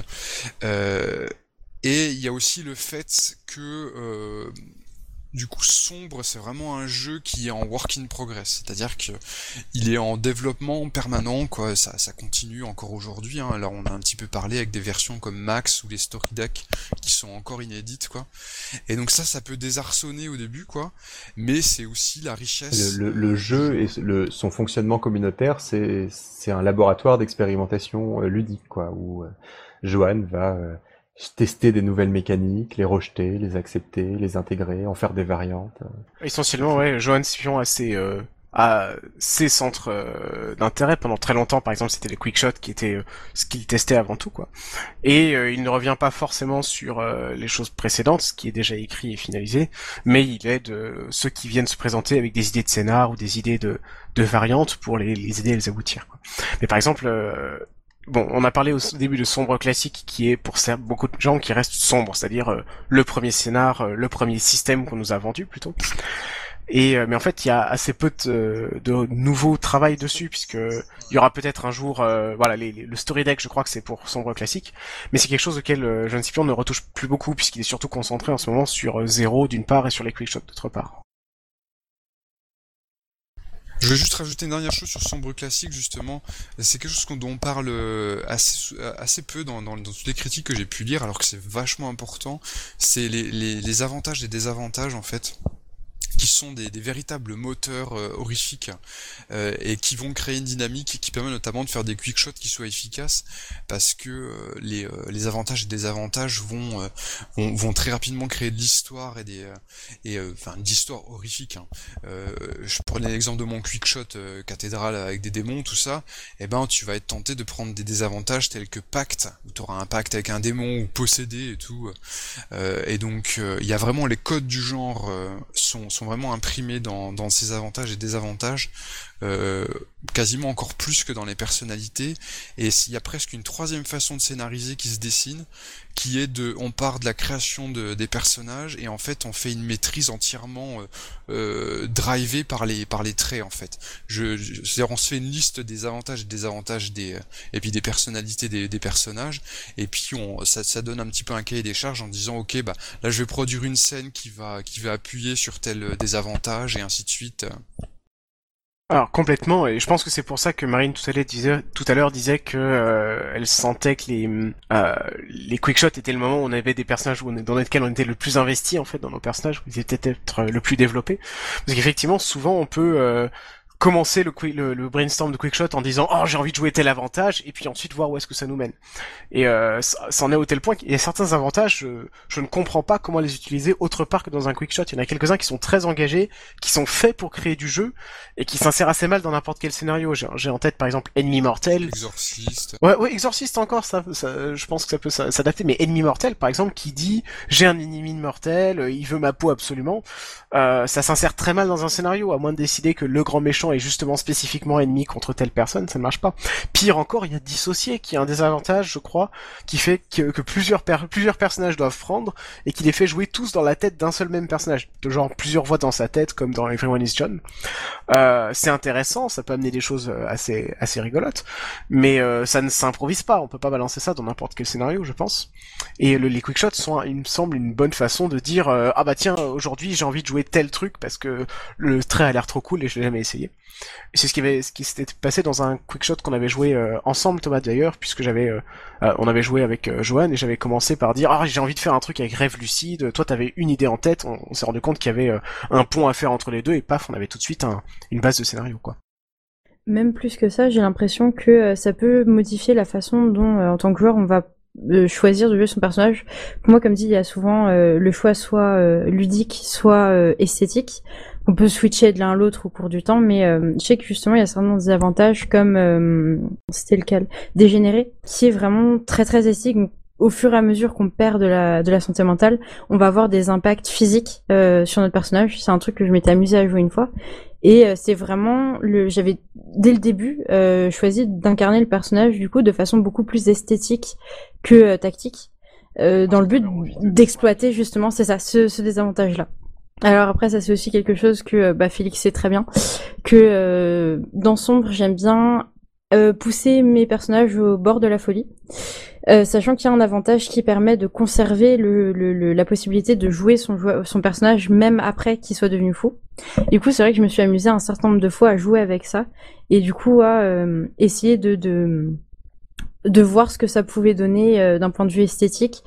Et il y a aussi le fait que du coup, Sombre, c'est vraiment un jeu qui est en work in progress, c'est-à-dire que il est en développement permanent, quoi. Ça continue encore aujourd'hui, hein. Alors, on a un petit peu parlé avec des versions comme Max ou les Story Deck qui sont encore inédites, quoi. Et donc ça peut désarçonner au début, quoi. Mais c'est aussi la richesse. Le jeu et son fonctionnement communautaire, c'est un laboratoire d'expérimentation ludique, quoi, où Johan va tester des nouvelles mécaniques, les rejeter, les accepter, les intégrer, en faire des variantes. Essentiellement, ouais, Johan Scipion a ses centres d'intérêt pendant très longtemps. Par exemple, c'était les quickshots qui étaient ce qu'il testait avant tout, quoi. Et il ne revient pas forcément sur les choses précédentes, ce qui est déjà écrit et finalisé, mais il aide ceux qui viennent se présenter avec des idées de scénar ou des idées de variantes pour les aider à les aboutir, quoi. Mais par exemple, bon, on a parlé au début de Sombre classique, qui est pour beaucoup de gens qui reste sombre, c'est-à-dire le premier scénar, le premier système qu'on nous a vendu plutôt. Et mais en fait, il y a assez peu de nouveaux travail dessus, puisque il y aura peut-être un jour, voilà, le story deck, je crois que c'est pour Sombre classique, mais c'est quelque chose auquel Jeune Scipion ne retouche plus beaucoup, puisqu'il est surtout concentré en ce moment sur Zero d'une part et sur les quickshots d'autre part. Je vais juste rajouter une dernière chose sur Sombre classique, justement. C'est quelque chose dont on parle assez peu dans toutes les critiques que j'ai pu lire, alors que c'est vachement important. C'est les avantages et désavantages, en fait, qui sont des véritables moteurs horrifiques et qui vont créer une dynamique qui permet notamment de faire des quickshots qui soient efficaces, parce que les avantages et désavantages vont très rapidement créer de l'histoire enfin d'histoire horrifique, hein. Je prenais l'exemple de mon quickshot cathédrale avec des démons, tout ça. Et ben tu vas être tenté de prendre des désavantages tels que pacte, où tu auras un pacte avec un démon ou possédé et tout. Et donc il y a vraiment les codes du genre sont vraiment imprimés dans ces avantages et désavantages, quasiment encore plus que dans les personnalités. Et il y a presque une troisième façon de scénariser qui se dessine, qui est on part de la création des personnages, et en fait on fait une maîtrise entièrement drivée par les traits, en fait. C'est-à-dire on se fait une liste des avantages et désavantages et puis des personnalités des personnages, et puis ça donne un petit peu un cahier des charges en disant ok, bah là je vais produire une scène qui va appuyer sur tel désavantage, et ainsi de suite. Alors complètement, et je pense que c'est pour ça que Marine tout à l'heure disait que elle sentait que les quickshots étaient le moment où on avait des personnages dans lesquels on était le plus investi, en fait, dans nos personnages, où ils étaient peut-être le plus développés, parce qu'effectivement souvent on peut commencer le brainstorm de quickshot en disant oh j'ai envie de jouer tel avantage, et puis ensuite voir où est-ce que ça nous mène. Et ça en est au tel point qu'il y a certains avantages, je ne comprends pas comment les utiliser autre part que dans un quickshot. Il y en a quelques-uns qui sont très engagés, qui sont faits pour créer du jeu et qui s'insèrent assez mal dans n'importe quel scénario. J'ai en tête par exemple Ennemi Mortel. Exorciste. Ouais, Exorciste encore, ça je pense que ça peut s'adapter, mais Ennemi Mortel par exemple, qui dit j'ai un ennemi mortel, il veut ma peau absolument, ça s'insère très mal dans un scénario, à moins de décider que le grand méchant est justement spécifiquement ennemi contre telle personne, ça ne marche pas. Pire encore, il y a Dissocié, qui a un désavantage, je crois, qui fait que plusieurs personnages doivent prendre, et qui les fait jouer tous dans la tête d'un seul même personnage, de genre plusieurs voix dans sa tête, comme dans Everyone is John. C'est intéressant, ça peut amener des choses assez rigolotes, mais ça ne s'improvise pas, on peut pas balancer ça dans n'importe quel scénario, je pense. Et les quickshots sont, il me semble, une bonne façon de dire ah bah tiens, aujourd'hui j'ai envie de jouer tel truc parce que le trait a l'air trop cool et je l'ai jamais essayé. Et c'est ce qui s'était passé dans un quickshot qu'on avait joué ensemble, Thomas, d'ailleurs, puisque on avait joué avec Johan, et j'avais commencé par dire ah j'ai envie de faire un truc avec rêve lucide. Toi t'avais une idée en tête, on s'est rendu compte qu'il y avait un pont à faire entre les deux, et paf, on avait tout de suite une base de scénario, quoi. Même plus que ça, j'ai l'impression que ça peut modifier la façon dont, en tant que joueur, on va choisir de jouer son personnage. Pour moi, comme dit, il y a souvent le choix soit ludique, soit esthétique. On peut switcher de l'un à l'autre au cours du temps, mais je sais que justement il y a certains désavantages comme c'était le cas dégénéré, qui est vraiment très très esthétique. Donc, au fur et à mesure qu'on perd de la santé mentale, on va avoir des impacts physiques sur notre personnage. C'est un truc que je m'étais amusée à jouer une fois. Et c'est vraiment j'avais dès le début choisi d'incarner le personnage du coup de façon beaucoup plus esthétique que tactique, dans le but d'exploiter justement c'est ça ce désavantage-là. Alors après ça c'est aussi quelque chose que Félix sait très bien que dans Sombre j'aime bien pousser mes personnages au bord de la folie. Sachant qu'il y a un avantage qui permet de conserver la possibilité de jouer son personnage même après qu'il soit devenu fou. Du coup, c'est vrai que je me suis amusée un certain nombre de fois à jouer avec ça et du coup à essayer de voir ce que ça pouvait donner d'un point de vue esthétique,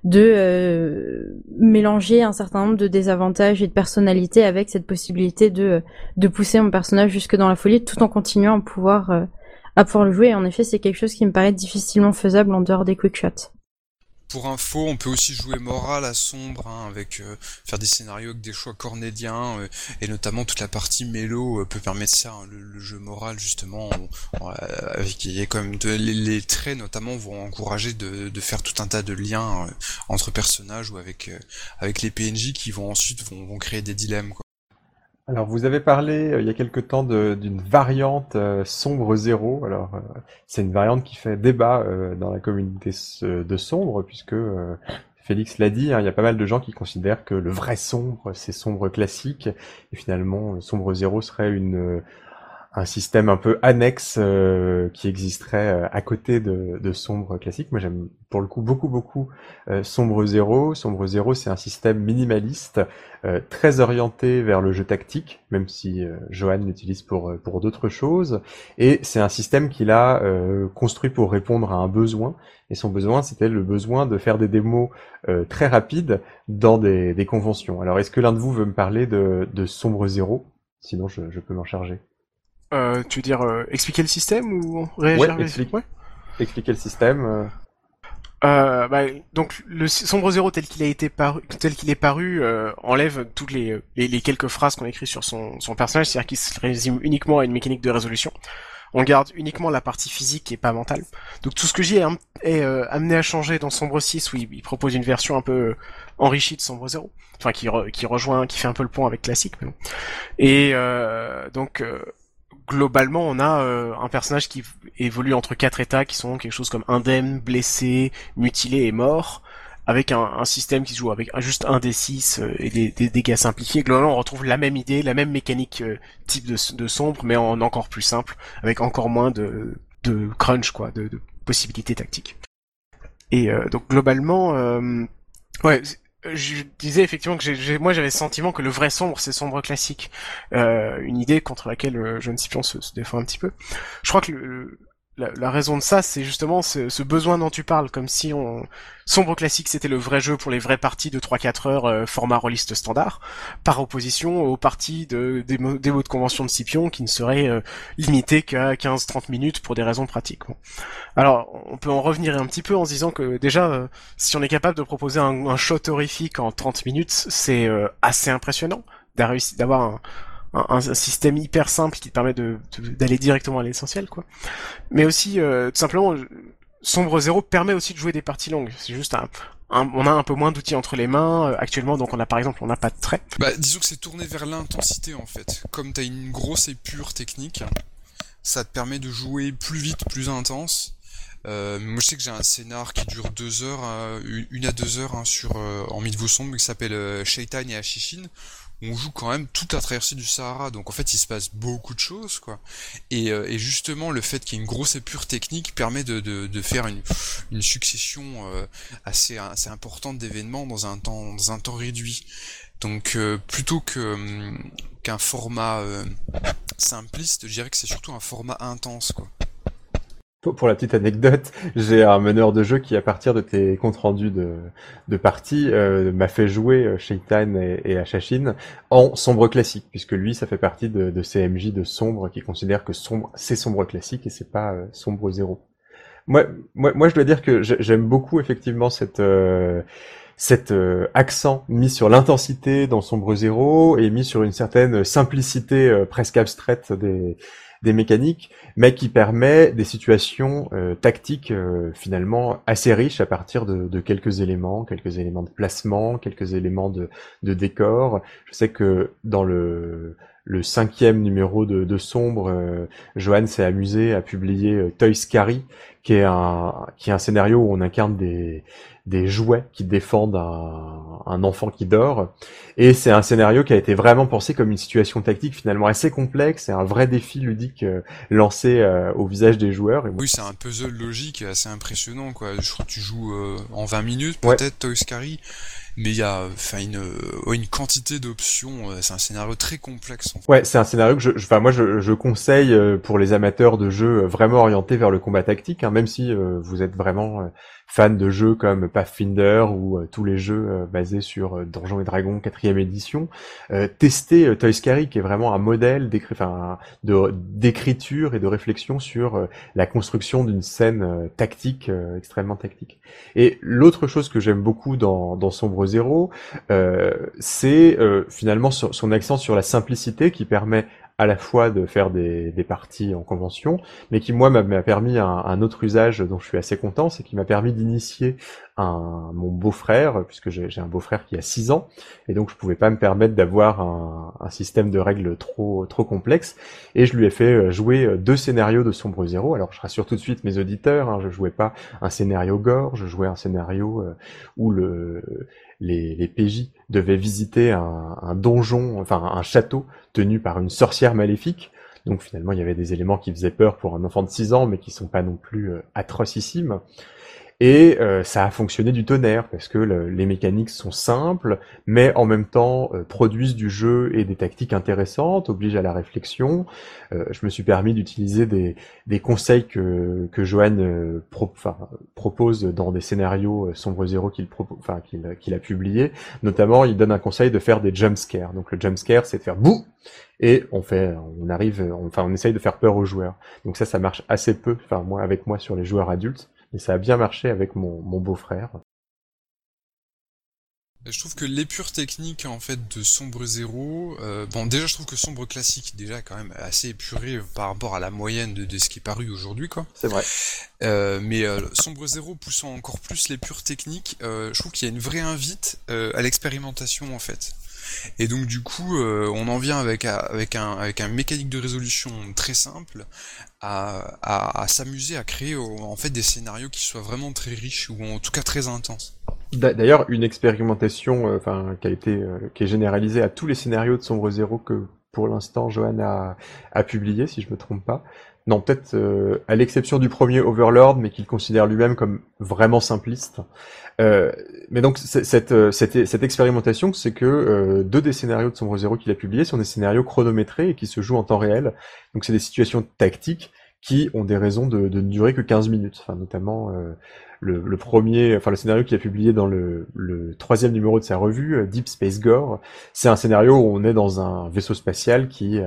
de mélanger un certain nombre de désavantages et de personnalités avec cette possibilité de pousser mon personnage jusque dans la folie tout en continuant à pouvoir le jouer. Et en effet, c'est quelque chose qui me paraît difficilement faisable en dehors des quickshots. Pour info, on peut aussi jouer moral à Sombre, avec faire des scénarios avec des choix cornéliens, et notamment toute la partie mélo peut permettre ça, le jeu moral justement, avec il y a quand même les traits notamment vont encourager de faire tout un tas de liens entre personnages ou avec les PNJ qui vont ensuite vont créer des dilemmes, quoi. Alors, vous avez parlé il y a quelque temps d'une variante Sombre Zéro. Alors, c'est une variante qui fait débat dans la communauté de Sombre, puisque Félix l'a dit, hein, il y a pas mal de gens qui considèrent que le vrai Sombre, c'est Sombre classique, et finalement, Sombre Zéro serait un système un peu annexe qui existerait à côté de Sombre classique. Moi, j'aime pour le coup beaucoup Sombre Zéro. Sombre Zéro, c'est un système minimaliste, très orienté vers le jeu tactique, même si Johan l'utilise pour d'autres choses. Et c'est un système qu'il a construit pour répondre à un besoin. Et son besoin, c'était le besoin de faire des démos très rapides dans des conventions. Alors, est-ce que l'un de vous veut me parler de Sombre Zéro? Sinon, je peux m'en charger. Tu veux dire expliquer le système ou réagir? Ouais, expliquer le système. Donc le Sombre Zéro tel qu'il est paru enlève toutes les quelques phrases qu'on écrit sur son personnage, c'est-à-dire qu'il se résume uniquement à une mécanique de résolution. On garde uniquement la partie physique et pas mentale. Donc tout ce que j'ai est amené à changer dans Sombre 6 où il propose une version un peu enrichie de Sombre Zéro, enfin qui fait un peu le pont avec classique. Mais bon. Et donc globalement, on a un personnage qui évolue entre 4 états qui sont quelque chose comme indemne, blessé, mutilé et mort, avec un système qui se joue avec juste un D6 et des dégâts simplifiés. Globalement, on retrouve la même idée, la même mécanique type de sombre, mais en encore plus simple, avec encore moins de crunch, quoi, de possibilités tactiques. Et donc globalement, ouais. Je disais effectivement que moi j'avais le sentiment que le vrai sombre c'est Sombre classique, une idée contre laquelle Jeune Scipion se défend un petit peu. Je crois que la raison de ça c'est justement ce besoin dont tu parles, comme si Sombre classique c'était le vrai jeu pour les vraies parties de 3-4 heures format rôliste standard, par opposition aux parties des mots de convention de Scipion qui ne seraient limitées qu'à 15-30 minutes pour des raisons pratiques. Bon. Alors, on peut en revenir un petit peu en se disant que déjà, si on est capable de proposer un shot horrifique en 30 minutes, c'est assez impressionnant d'avoir un système hyper simple qui te permet d'aller directement à l'essentiel, quoi. Mais aussi, tout simplement, Sombre Zéro permet aussi de jouer des parties longues. C'est juste on a un peu moins d'outils entre les mains actuellement, donc on n'a pas de trait. Disons que c'est tourné vers l'intensité en fait. Comme t'as une grosse épure technique, ça te permet de jouer plus vite, plus intense. Moi je sais que j'ai un scénar qui dure 2 heures, 1 à 2 heures en Milieu Sombre qui s'appelle Shaitan et Hashishin. On joue quand même toute la traversée du Sahara, donc en fait il se passe beaucoup de choses, quoi. Et justement le fait qu'il y ait une grosse épure technique permet de faire une succession assez importante d'événements dans un temps réduit. Donc plutôt qu'un format simpliste, je dirais que c'est surtout un format intense, quoi. Pour la petite anecdote, j'ai un meneur de jeu qui, à partir de tes comptes rendus de partie, m'a fait jouer Shaitan et Hashishin en sombre classique, puisque lui, ça fait partie de ces MJ de sombre qui considèrent que sombre, c'est sombre classique et c'est pas sombre zéro. Moi, moi, je dois dire que j'aime beaucoup effectivement cet accent mis sur l'intensité dans Sombre Zéro et mis sur une certaine simplicité presque abstraite des mécaniques, mais qui permet des situations tactiques finalement assez riches à partir de quelques éléments de placement, quelques éléments de décor. Je sais que dans le 5e numéro de Sombre, Johan s'est amusé à publier Toy Scary, qui est un scénario où on incarne des jouets qui défendent un enfant qui dort. Et c'est un scénario qui a été vraiment pensé comme une situation tactique finalement assez complexe et un vrai défi ludique lancé au visage des joueurs. Et Oui, c'est un puzzle logique assez impressionnant, quoi. Je crois que tu joues en 20 minutes, ouais. peut-être, Toy Scary. Mais il y a une quantité d'options, c'est un scénario très complexe en fait. Ouais, c'est un scénario que moi je conseille pour les amateurs de jeux vraiment orientés vers le combat tactique, hein, même si vous êtes vraiment fan de jeux comme Pathfinder ou tous les jeux basés sur Donjons et Dragons 4e édition. Testez Toy Scary, qui est vraiment un modèle d'écriture et de réflexion sur la construction d'une scène tactique, extrêmement tactique. Et l'autre chose que j'aime beaucoup dans Sombre Zéro, c'est finalement son accent sur la simplicité qui permet à la fois de faire des parties en convention, mais qui moi m'a permis un autre usage dont je suis assez content, c'est qu'il m'a permis d'initier mon beau-frère, puisque j'ai un beau-frère qui a 6 ans, et donc je pouvais pas me permettre d'avoir un système de règles trop complexe, et je lui ai fait jouer 2 scénarios de Sombre Zéro. Alors je rassure tout de suite mes auditeurs, hein, je jouais pas un scénario gore, je jouais un scénario où les PJ devaient visiter un donjon, enfin un château tenu par une sorcière maléfique. Donc finalement, il y avait des éléments qui faisaient peur pour un enfant de 6 ans, mais qui sont pas non plus atrocissimes. Et ça a fonctionné du tonnerre, parce que les mécaniques sont simples, mais en même temps produisent du jeu et des tactiques intéressantes, obligent à la réflexion. Je me suis permis d'utiliser des conseils que Johan propose dans des scénarios Sombre Zéro qu'il a publié. Notamment, il donne un conseil de faire des jump scares. Donc le jump scare, c'est de faire bouh, et on essaye de faire peur aux joueurs. Donc ça marche assez peu, avec moi sur les joueurs adultes. Et ça a bien marché avec mon beau-frère. Je trouve que l'épure technique en fait de Sombre Zéro, déjà je trouve que Sombre classique déjà quand même assez épuré par rapport à la moyenne de ce qui est paru aujourd'hui, quoi. C'est vrai. Mais Sombre Zéro poussant encore plus l'épure technique, je trouve qu'il y a une vraie invite à l'expérimentation en fait. Et donc du coup, on en vient avec un mécanique de résolution très simple à s'amuser à créer en fait des scénarios qui soient vraiment très riches ou en tout cas très intenses. D'ailleurs, une expérimentation, qui est généralisée à tous les scénarios de Sombre Zéro que pour l'instant Johan a publié, si je me trompe pas. Non, peut-être à l'exception du premier Overlord, mais qu'il considère lui-même comme vraiment simpliste. Mais donc cette expérimentation, c'est que 2 des scénarios de Sombre Zéro qu'il a publiés sont des scénarios chronométrés et qui se jouent en temps réel. Donc c'est des situations tactiques qui ont des raisons de ne durer que 15 minutes. Enfin, notamment le scénario qu'il a publié dans le 3e numéro de sa revue, Deep Space Gore, c'est un scénario où on est dans un vaisseau spatial qui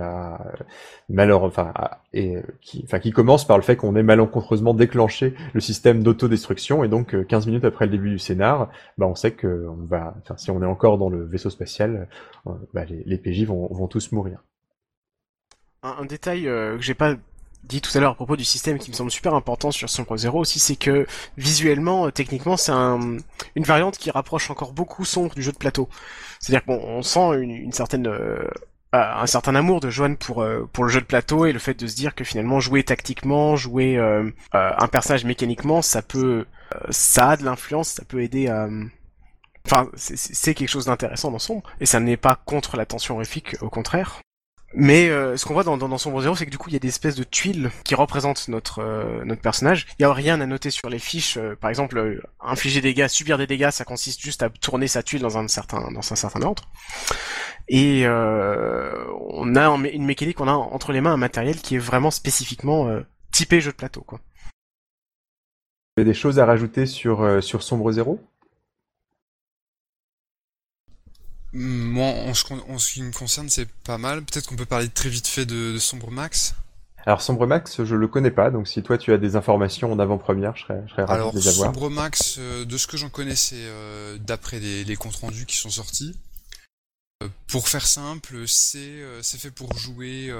commence par le fait qu'on ait malencontreusement déclenché le système d'autodestruction, et donc 15 minutes après le début du scénar, on sait que si on est encore dans le vaisseau spatial, les PJ vont tous mourir. Un détail que j'ai pas dit tout à l'heure à propos du système qui me semble super important sur Sombre Zéro aussi, c'est que visuellement, techniquement, c'est une variante qui rapproche encore beaucoup Sombre du jeu de plateau. C'est-à-dire qu'on sent une certaine un certain amour de Johan pour le jeu de plateau, et le fait de se dire que finalement jouer tactiquement, jouer un personnage mécaniquement, ça a de l'influence, ça peut aider à c'est quelque chose d'intéressant dans Sombre, et ça n'est pas contre la tension horrifique, au contraire. Mais ce qu'on voit dans Sombre Zéro, c'est que du coup il y a des espèces de tuiles qui représentent notre personnage. Il y a rien à noter sur les fiches. Par exemple, infliger des dégâts, subir des dégâts, ça consiste juste à tourner sa tuile dans un certain ordre. Et on a une mécanique, on a entre les mains un matériel qui est vraiment spécifiquement typé jeu de plateau, quoi. Vous avez des choses à rajouter sur Sombre Zéro ? Moi, en ce qui me concerne, c'est pas mal. Peut-être qu'on peut parler très vite fait de Sombre Max. Alors Sombre Max, je le connais pas, donc si toi tu as des informations en avant-première, je serais ravi Alors, de les avoir. Sombre Max, de ce que j'en connais, c'est d'après les comptes rendus qui sont sortis. Pour faire simple, c'est fait pour jouer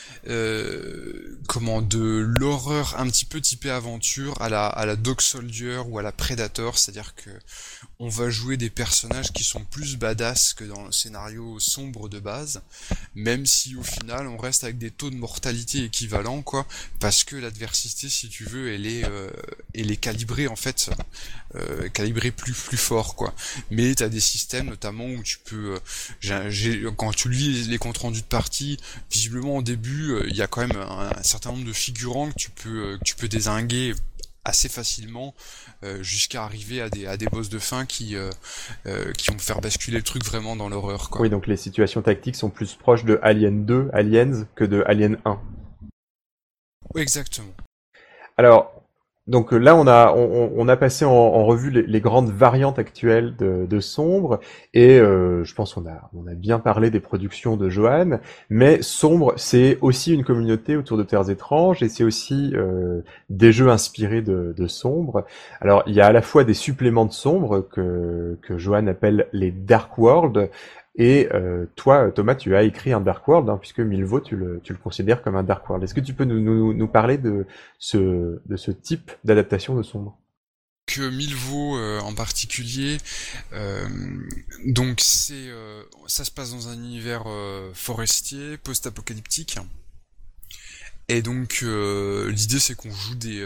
de l'horreur un petit peu typée aventure à la Dog Soldier ou à la Predator, c'est-à-dire que on va jouer des personnages qui sont plus badass que dans le scénario sombre de base, même si au final on reste avec des taux de mortalité équivalents, quoi, parce que l'adversité, si tu veux, elle est calibrée en fait, calibrée plus fort, quoi. Mais t'as des systèmes notamment où tu peux quand tu lis les comptes rendus de partie, visiblement au début, il y a quand même un certain nombre de figurants que tu peux dézinguer assez facilement jusqu'à arriver à des boss de fin qui vont faire basculer le truc vraiment dans l'horreur, quoi. Oui, donc les situations tactiques sont plus proches de Alien 2, Aliens, que de Alien 1. Oui, exactement. Alors, donc là, on a passé en revue les grandes variantes actuelles de Sombre, et je pense qu'on a bien parlé des productions de Johan, mais Sombre, c'est aussi une communauté autour de Terres étranges, et c'est aussi des jeux inspirés de Sombre. Alors, il y a à la fois des suppléments de Sombre que Johan appelle les Dark World, et toi, Thomas, tu as écrit un Dark World, hein, puisque Milvaux, tu le considères comme un Dark World. Est-ce que tu peux nous parler de ce type d'adaptation de Sombre? Que Milvaux en particulier, donc ça se passe dans un univers forestier, post-apocalyptique. Et donc l'idée c'est qu'on joue des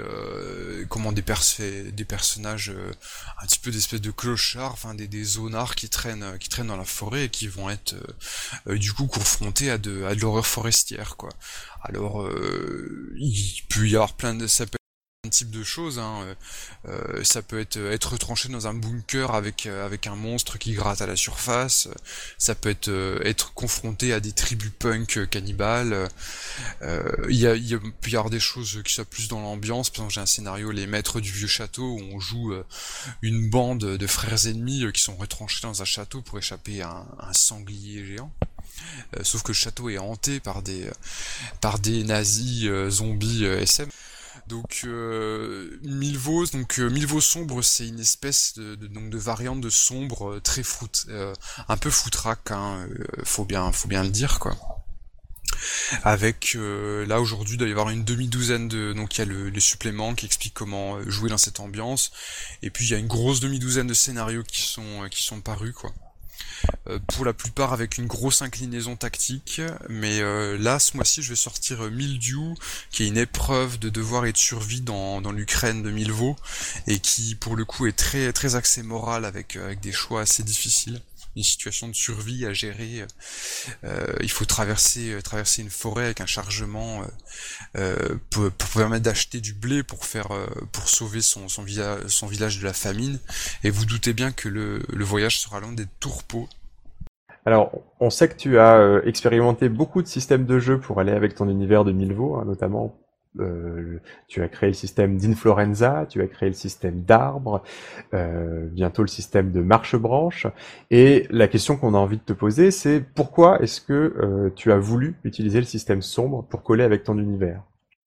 personnages un petit peu d'espèces de clochards, enfin des zonards qui traînent dans la forêt et qui vont être du coup confrontés à de l'horreur forestière, quoi. Alors il peut y avoir ça peut être un type de choses, hein. Ça peut être retranché dans un bunker avec un monstre qui gratte à la surface. Ça peut être confronté à des tribus punk cannibales. Il peut y avoir des choses qui soient plus dans l'ambiance. Par exemple, j'ai un scénario, les maîtres du vieux château, où on joue une bande de frères ennemis qui sont retranchés dans un château pour échapper à un sanglier géant. Sauf que le château est hanté par des nazis zombies SM. Donc Milvaux sombre, c'est une espèce de variante de sombre très un peu foutraque, hein, faut bien le dire, quoi. Avec là aujourd'hui il doit y avoir une demi-douzaine donc il y a les suppléments qui expliquent comment jouer dans cette ambiance, et puis il y a une grosse demi-douzaine de scénarios qui sont parus, quoi. Pour la plupart avec une grosse inclinaison tactique, mais là ce mois-ci je vais sortir Mildiou, qui est une épreuve de devoir et de survie dans l'Ukraine de Milvaux, et qui pour le coup est très très axé moral avec des choix assez difficiles, une situation de survie à gérer. Il faut traverser une forêt avec un chargement pour permettre d'acheter du blé pour sauver son village de la famine, et vous doutez bien que le voyage sera loin d'être tout repos. Alors, on sait que tu as expérimenté beaucoup de systèmes de jeu pour aller avec ton univers de Milvaux, hein, notamment tu as créé le système d'Inflorenza, tu as créé le système d'arbre, bientôt le système de marche-branche. Et la question qu'on a envie de te poser, c'est pourquoi est-ce que tu as voulu utiliser le système sombre pour coller avec ton univers?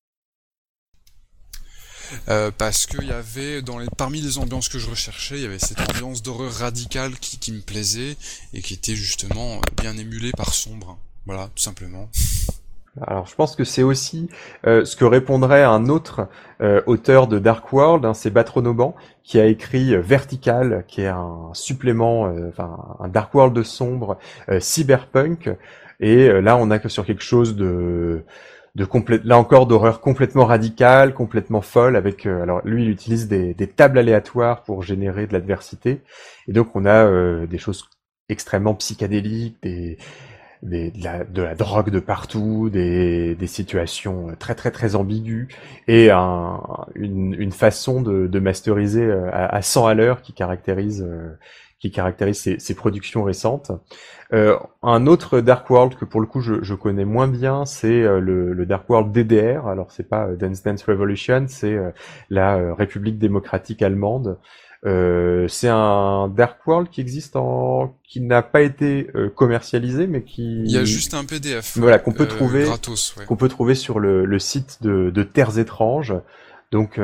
Parce qu'il y avait parmi les ambiances que je recherchais, il y avait cette ambiance d'horreur radicale qui me plaisait et qui était justement bien émulée par Sombre. Voilà, tout simplement. Alors, je pense que c'est aussi ce que répondrait un autre auteur de Dark World, hein, c'est Batronoban, qui a écrit Vertical, qui est un supplément, un Dark World de sombre cyberpunk. Et là, on a que sur quelque chose là encore d'horreur complètement radicale, complètement folle, avec alors lui il utilise des tables aléatoires pour générer de l'adversité, et donc on a des choses extrêmement psychédéliques, de la drogue de partout, des situations très très très ambiguës, et une façon de masteriser à 100 à l'heure qui caractérise ces productions récentes. Un autre Dark World que pour le coup je connais moins bien, c'est le Dark World DDR. Alors c'est pas Dance Dance Revolution, c'est la République démocratique allemande, C'est un Dark World qui n'a pas été commercialisé, mais qui... Il y a juste un PDF. Voilà, qu'on peut trouver, gratos, ouais. qu'on peut trouver sur le site de Terres étranges. Donc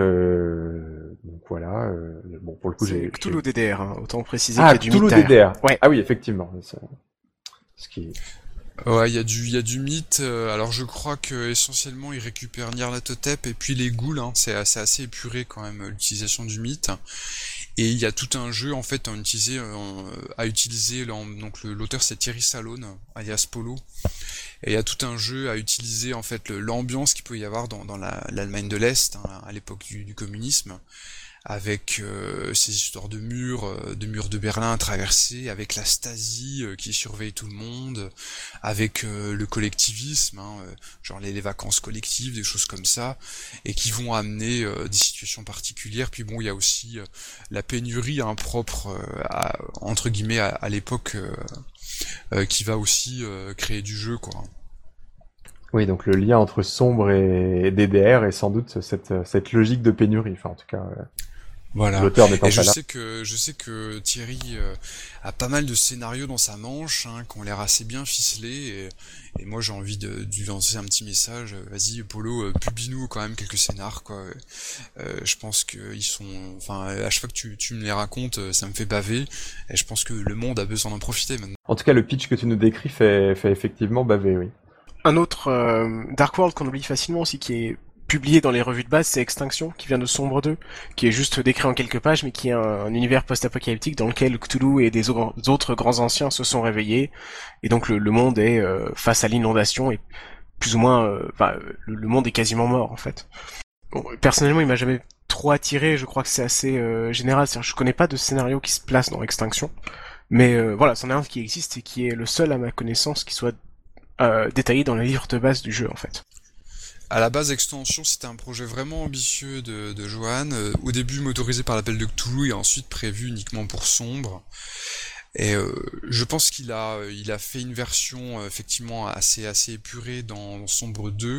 voilà. Bon, pour le coup, C'est Cthulhu DDR, hein, autant préciser Ah, qu'il y a du Cthulhu mythe derrière. DDR. Ouais. Ah oui, effectivement. Ce qui est... Ouais, il y a du mythe. Alors je crois que essentiellement ils récupèrent Nyarlathotep et puis les ghouls. Hein, c'est assez épuré quand même l'utilisation du mythe. Et il y a tout un jeu en fait à utiliser. Donc l'auteur c'est Thierry Salone, alias Polo. Et il y a tout un jeu à utiliser en fait l'ambiance qu'il peut y avoir dans l'Allemagne de l'Est, hein, à l'époque du communisme, avec ces histoires de murs de Berlin à traverser, avec la Stasi qui surveille tout le monde, avec le collectivisme, hein, genre les vacances collectives, des choses comme ça, et qui vont amener des situations particulières. Puis bon, il y a aussi la pénurie propre entre guillemets à l'époque qui va aussi créer du jeu, quoi. Oui, donc le lien entre Sombre et DDR est sans doute cette logique de pénurie. Enfin, en tout cas, voilà. l'auteur n'étant Et pas là. je sais que Thierry a pas mal de scénarios dans sa manche, hein, qui ont l'air assez bien ficelés. Et moi, j'ai envie de lui lancer un petit message. Vas-y, Polo, publie-nous quand même quelques scénars, quoi. Je pense qu'ils sont, enfin, à chaque fois que tu me les racontes, ça me fait baver. Et je pense que le monde a besoin d'en profiter maintenant. En tout cas, le pitch que tu nous décris fait effectivement baver, oui. Un autre Dark World qu'on oublie facilement aussi, qui est publié dans les revues de base, c'est Extinction, qui vient de Sombre 2, qui est juste décrit en quelques pages, mais qui est un univers post-apocalyptique dans lequel Cthulhu et des autres grands anciens se sont réveillés, et donc le monde est face à l'inondation, et plus ou moins, le monde est quasiment mort, en fait. Bon, personnellement, il m'a jamais trop attiré, je crois que c'est assez général, c'est-à-dire je connais pas de scénario qui se place dans Extinction, mais voilà, c'en est un qui existe et qui est le seul à ma connaissance qui soit détaillé dans les livres de base du jeu, en fait. À la base, Extension, c'était un projet vraiment ambitieux de Johan, au début motorisé par l'appel de Cthulhu et ensuite prévu uniquement pour Sombre. Et je pense qu'il a fait une version effectivement assez épurée dans Sombre 2.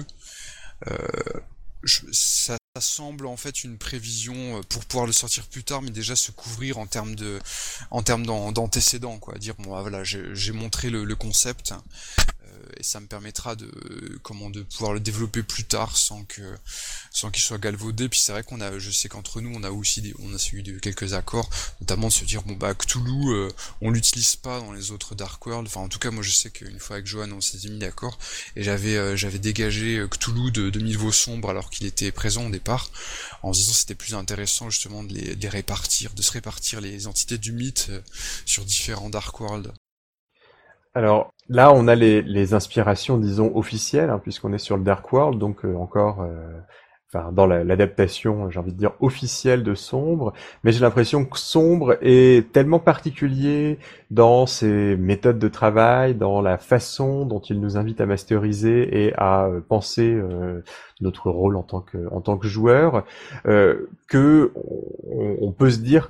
Ça semble en fait une prévision pour pouvoir le sortir plus tard, mais déjà se couvrir en termes d'antécédents, quoi. Dire bon, voilà, j'ai montré le concept. Et ça me permettra de pouvoir le développer plus tard sans qu'il soit galvaudé. Puis c'est vrai je sais qu'entre nous on a eu quelques accords, notamment de se dire bon bah Cthulhu on l'utilise pas dans les autres Dark World. Enfin en tout cas moi je sais qu'une fois avec Johan on s'était mis d'accord et j'avais dégagé Cthulhu de Mille Sombre alors qu'il était présent au départ, en se disant que c'était plus intéressant justement de les répartir, de se répartir les entités du mythe sur différents Dark World. Alors là, on a les inspirations, disons, officielles, hein, puisqu'on est sur le Dark World, donc dans l'adaptation, j'ai envie de dire, officielle de Sombre, mais j'ai l'impression que Sombre est tellement particulier dans ses méthodes de travail, dans la façon dont il nous invite à masteriser et à penser notre rôle en tant que joueur, que on peut se dire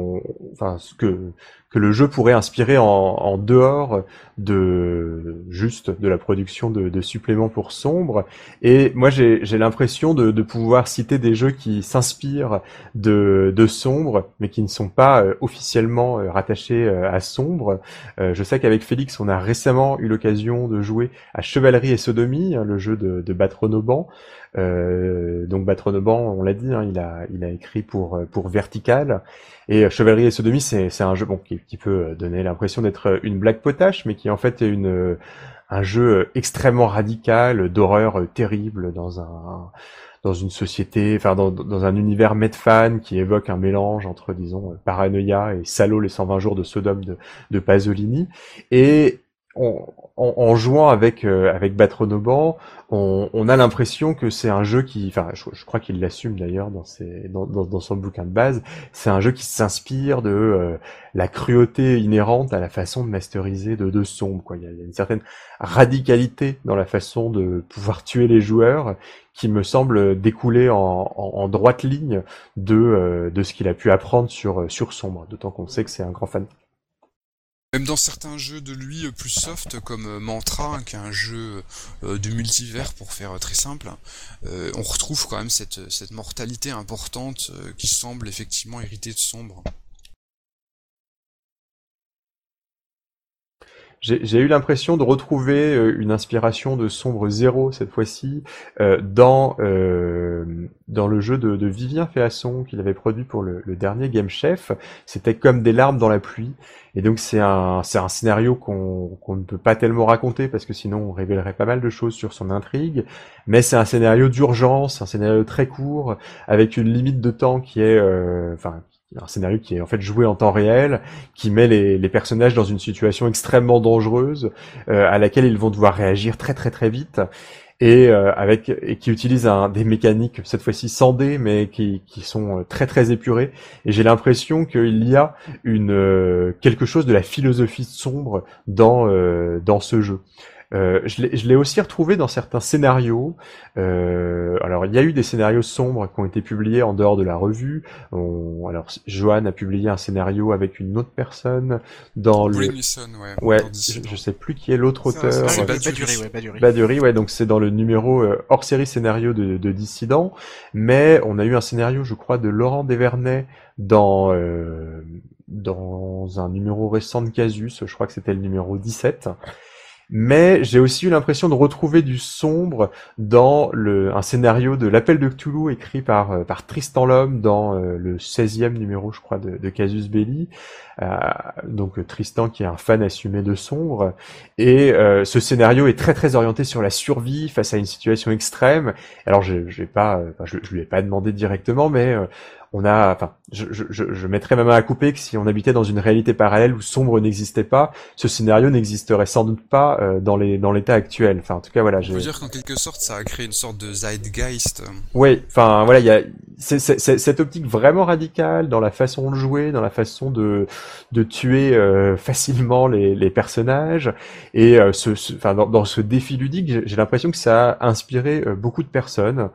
que le jeu pourrait inspirer en dehors de la production de suppléments pour Sombre. Et moi j'ai l'impression de pouvoir citer des jeux qui s'inspirent de Sombre, mais qui ne sont pas officiellement rattachés à Sombre. Je sais qu'avec Félix, on a récemment eu l'occasion de jouer à Chevalerie et Sodomie, hein, le jeu de Batronoban. Donc Batronoban, on l'a dit, hein, il a écrit pour Vertical. Et Chevalerie et Sodomie, c'est un jeu qui peut donner l'impression d'être une blague potache, mais qui en fait est un jeu extrêmement radical, d'horreur terrible dans une société, enfin dans un univers Medfan qui évoque un mélange entre, disons, Paranoia et Salo, les 120 jours de Sodome de Pasolini. Et en jouant avec Batronoban, on a l'impression que c'est un jeu qui, enfin, je crois qu'il l'assume d'ailleurs dans son bouquin de base. C'est un jeu qui s'inspire de la cruauté inhérente à la façon de masteriser de Sombre, quoi. Il y a une certaine radicalité dans la façon de pouvoir tuer les joueurs qui me semble découler en droite ligne de ce qu'il a pu apprendre sur Sombre. D'autant qu'on sait que c'est un grand fan. Même dans certains jeux de lui plus soft, comme Mantra, qui est un jeu de multivers pour faire très simple, on retrouve quand même cette mortalité importante qui semble effectivement hériter de Sombre. J'ai eu l'impression de retrouver une inspiration de Sombre Zéro cette fois-ci dans le jeu de Vivien Féasson qu'il avait produit pour le dernier Game Chef. C'était comme des larmes dans la pluie, et donc c'est un scénario qu'on ne peut pas tellement raconter parce que sinon on révélerait pas mal de choses sur son intrigue. Mais c'est un scénario d'urgence, un scénario très court avec une limite de temps qui est un scénario qui est en fait joué en temps réel, qui met les personnages dans une situation extrêmement dangereuse, à laquelle ils vont devoir réagir très très très vite, et qui utilise des mécaniques cette fois-ci sans dés, mais qui sont très très épurées. Et j'ai l'impression qu'il y a quelque chose de la philosophie sombre dans ce jeu. Je l'ai aussi retrouvé dans certains scénarios. Alors, il y a eu des scénarios sombres qui ont été publiés en dehors de la revue. Alors, Johan a publié un scénario avec une autre personne dans le... Wilson, ouais, je sais plus qui est l'autre auteur. C'est Badury. Badury, ouais, donc c'est dans le numéro hors-série scénario de Dissident. Mais on a eu un scénario, je crois, de Laurent Desvernay dans un numéro récent de Casus. Je crois que c'était le numéro 17. Mais j'ai aussi eu l'impression de retrouver du sombre dans un scénario de l'Appel de Cthulhu écrit par Tristan Lhomme dans le 16e numéro, je crois, de Casus Belli. Donc Tristan qui est un fan assumé de sombre. Et ce scénario est très très orienté sur la survie face à une situation extrême. Alors je lui ai pas demandé directement, mais je mettrais ma main à couper que si on habitait dans une réalité parallèle où sombre n'existait pas, ce scénario n'existerait sans doute pas dans l'état actuel. Enfin, en tout cas, voilà. On peut dire qu'en quelque sorte, ça a créé une sorte de zeitgeist. Oui, enfin, voilà, il y a cette optique vraiment radicale dans la façon de jouer, dans la façon de tuer facilement les personnages, et dans ce défi ludique, j'ai l'impression que ça a inspiré beaucoup de personnes.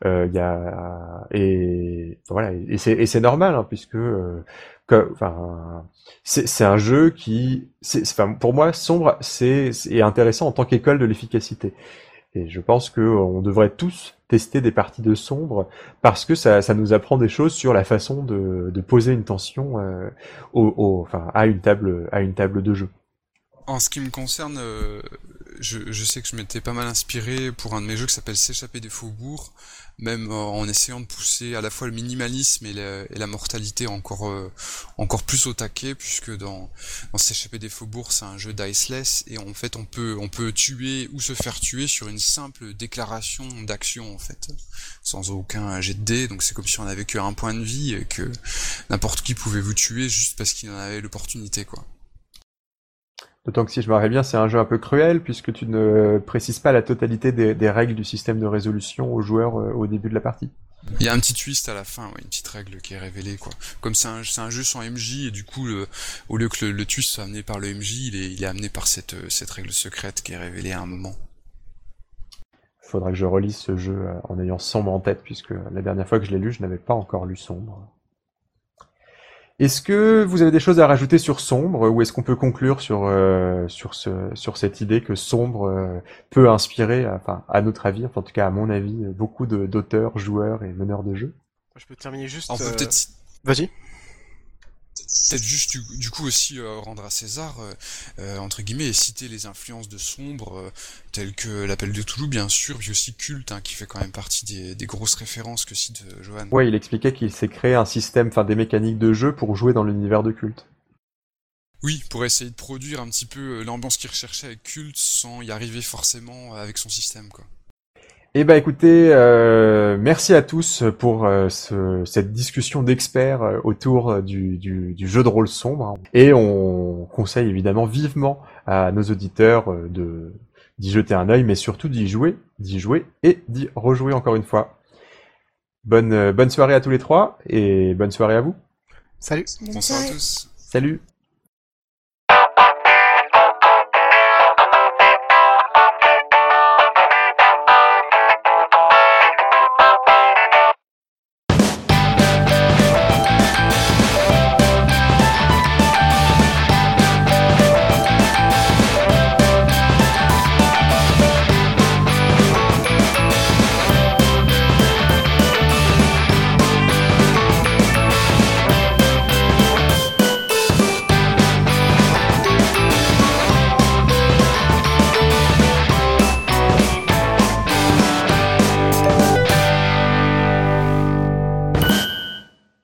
C'est normal, hein, puisque c'est un jeu qui, pour moi, Sombre est intéressant en tant qu'école de l'efficacité. Et je pense que on devrait tous tester des parties de Sombre parce que ça nous apprend des choses sur la façon de poser une tension à une table de jeu. En ce qui me concerne, je sais que je m'étais pas mal inspiré pour un de mes jeux qui s'appelle S'échapper des faubourgs, même en essayant de pousser à la fois le minimalisme et la mortalité encore plus au taquet, puisque dans S'échapper des faubourgs, c'est un jeu diceless, et en fait on peut tuer ou se faire tuer sur une simple déclaration d'action, en fait, sans aucun jet de dés. Donc c'est comme si on avait que un point de vie et que n'importe qui pouvait vous tuer juste parce qu'il en avait l'opportunité, quoi. D'autant que si je me rappelle bien, c'est un jeu un peu cruel puisque tu ne précises pas la totalité des règles du système de résolution aux joueurs au début de la partie. Il y a un petit twist à la fin, une petite règle qui est révélée, quoi. Comme c'est un jeu sans MJ, et du coup, au lieu que le twist soit amené par le MJ, il est amené par cette règle secrète qui est révélée à un moment. Il faudra que je relise ce jeu en ayant Sombre en tête, puisque la dernière fois que je l'ai lu, je n'avais pas encore lu Sombre. Est-ce que vous avez des choses à rajouter sur Sombre, ou est-ce qu'on peut conclure sur cette idée que Sombre peut inspirer, à notre avis, en tout cas à mon avis, beaucoup d'auteurs, joueurs et meneurs de jeux? Je peux terminer juste... On peut peut-être... Vas-y. Peut-être juste du coup aussi rendre à César, entre guillemets, et citer les influences de Sombre, telles que l'Appel de Cthulhu, bien sûr, puis aussi Culte, qui fait quand même partie des grosses références que cite Johan. Ouais, il expliquait qu'il s'est créé un système, des mécaniques de jeu pour jouer dans l'univers de Culte. Oui, pour essayer de produire un petit peu l'ambiance qu'il recherchait avec Culte sans y arriver forcément avec son système, quoi. Eh ben écoutez, merci à tous pour cette discussion d'experts autour du jeu de rôle Sombre. Et on conseille évidemment vivement à nos auditeurs d'y jeter un œil, mais surtout d'y jouer et d'y rejouer encore une fois. Bonne soirée à tous les trois et bonne soirée à vous. Salut. Bonsoir à tous. Salut.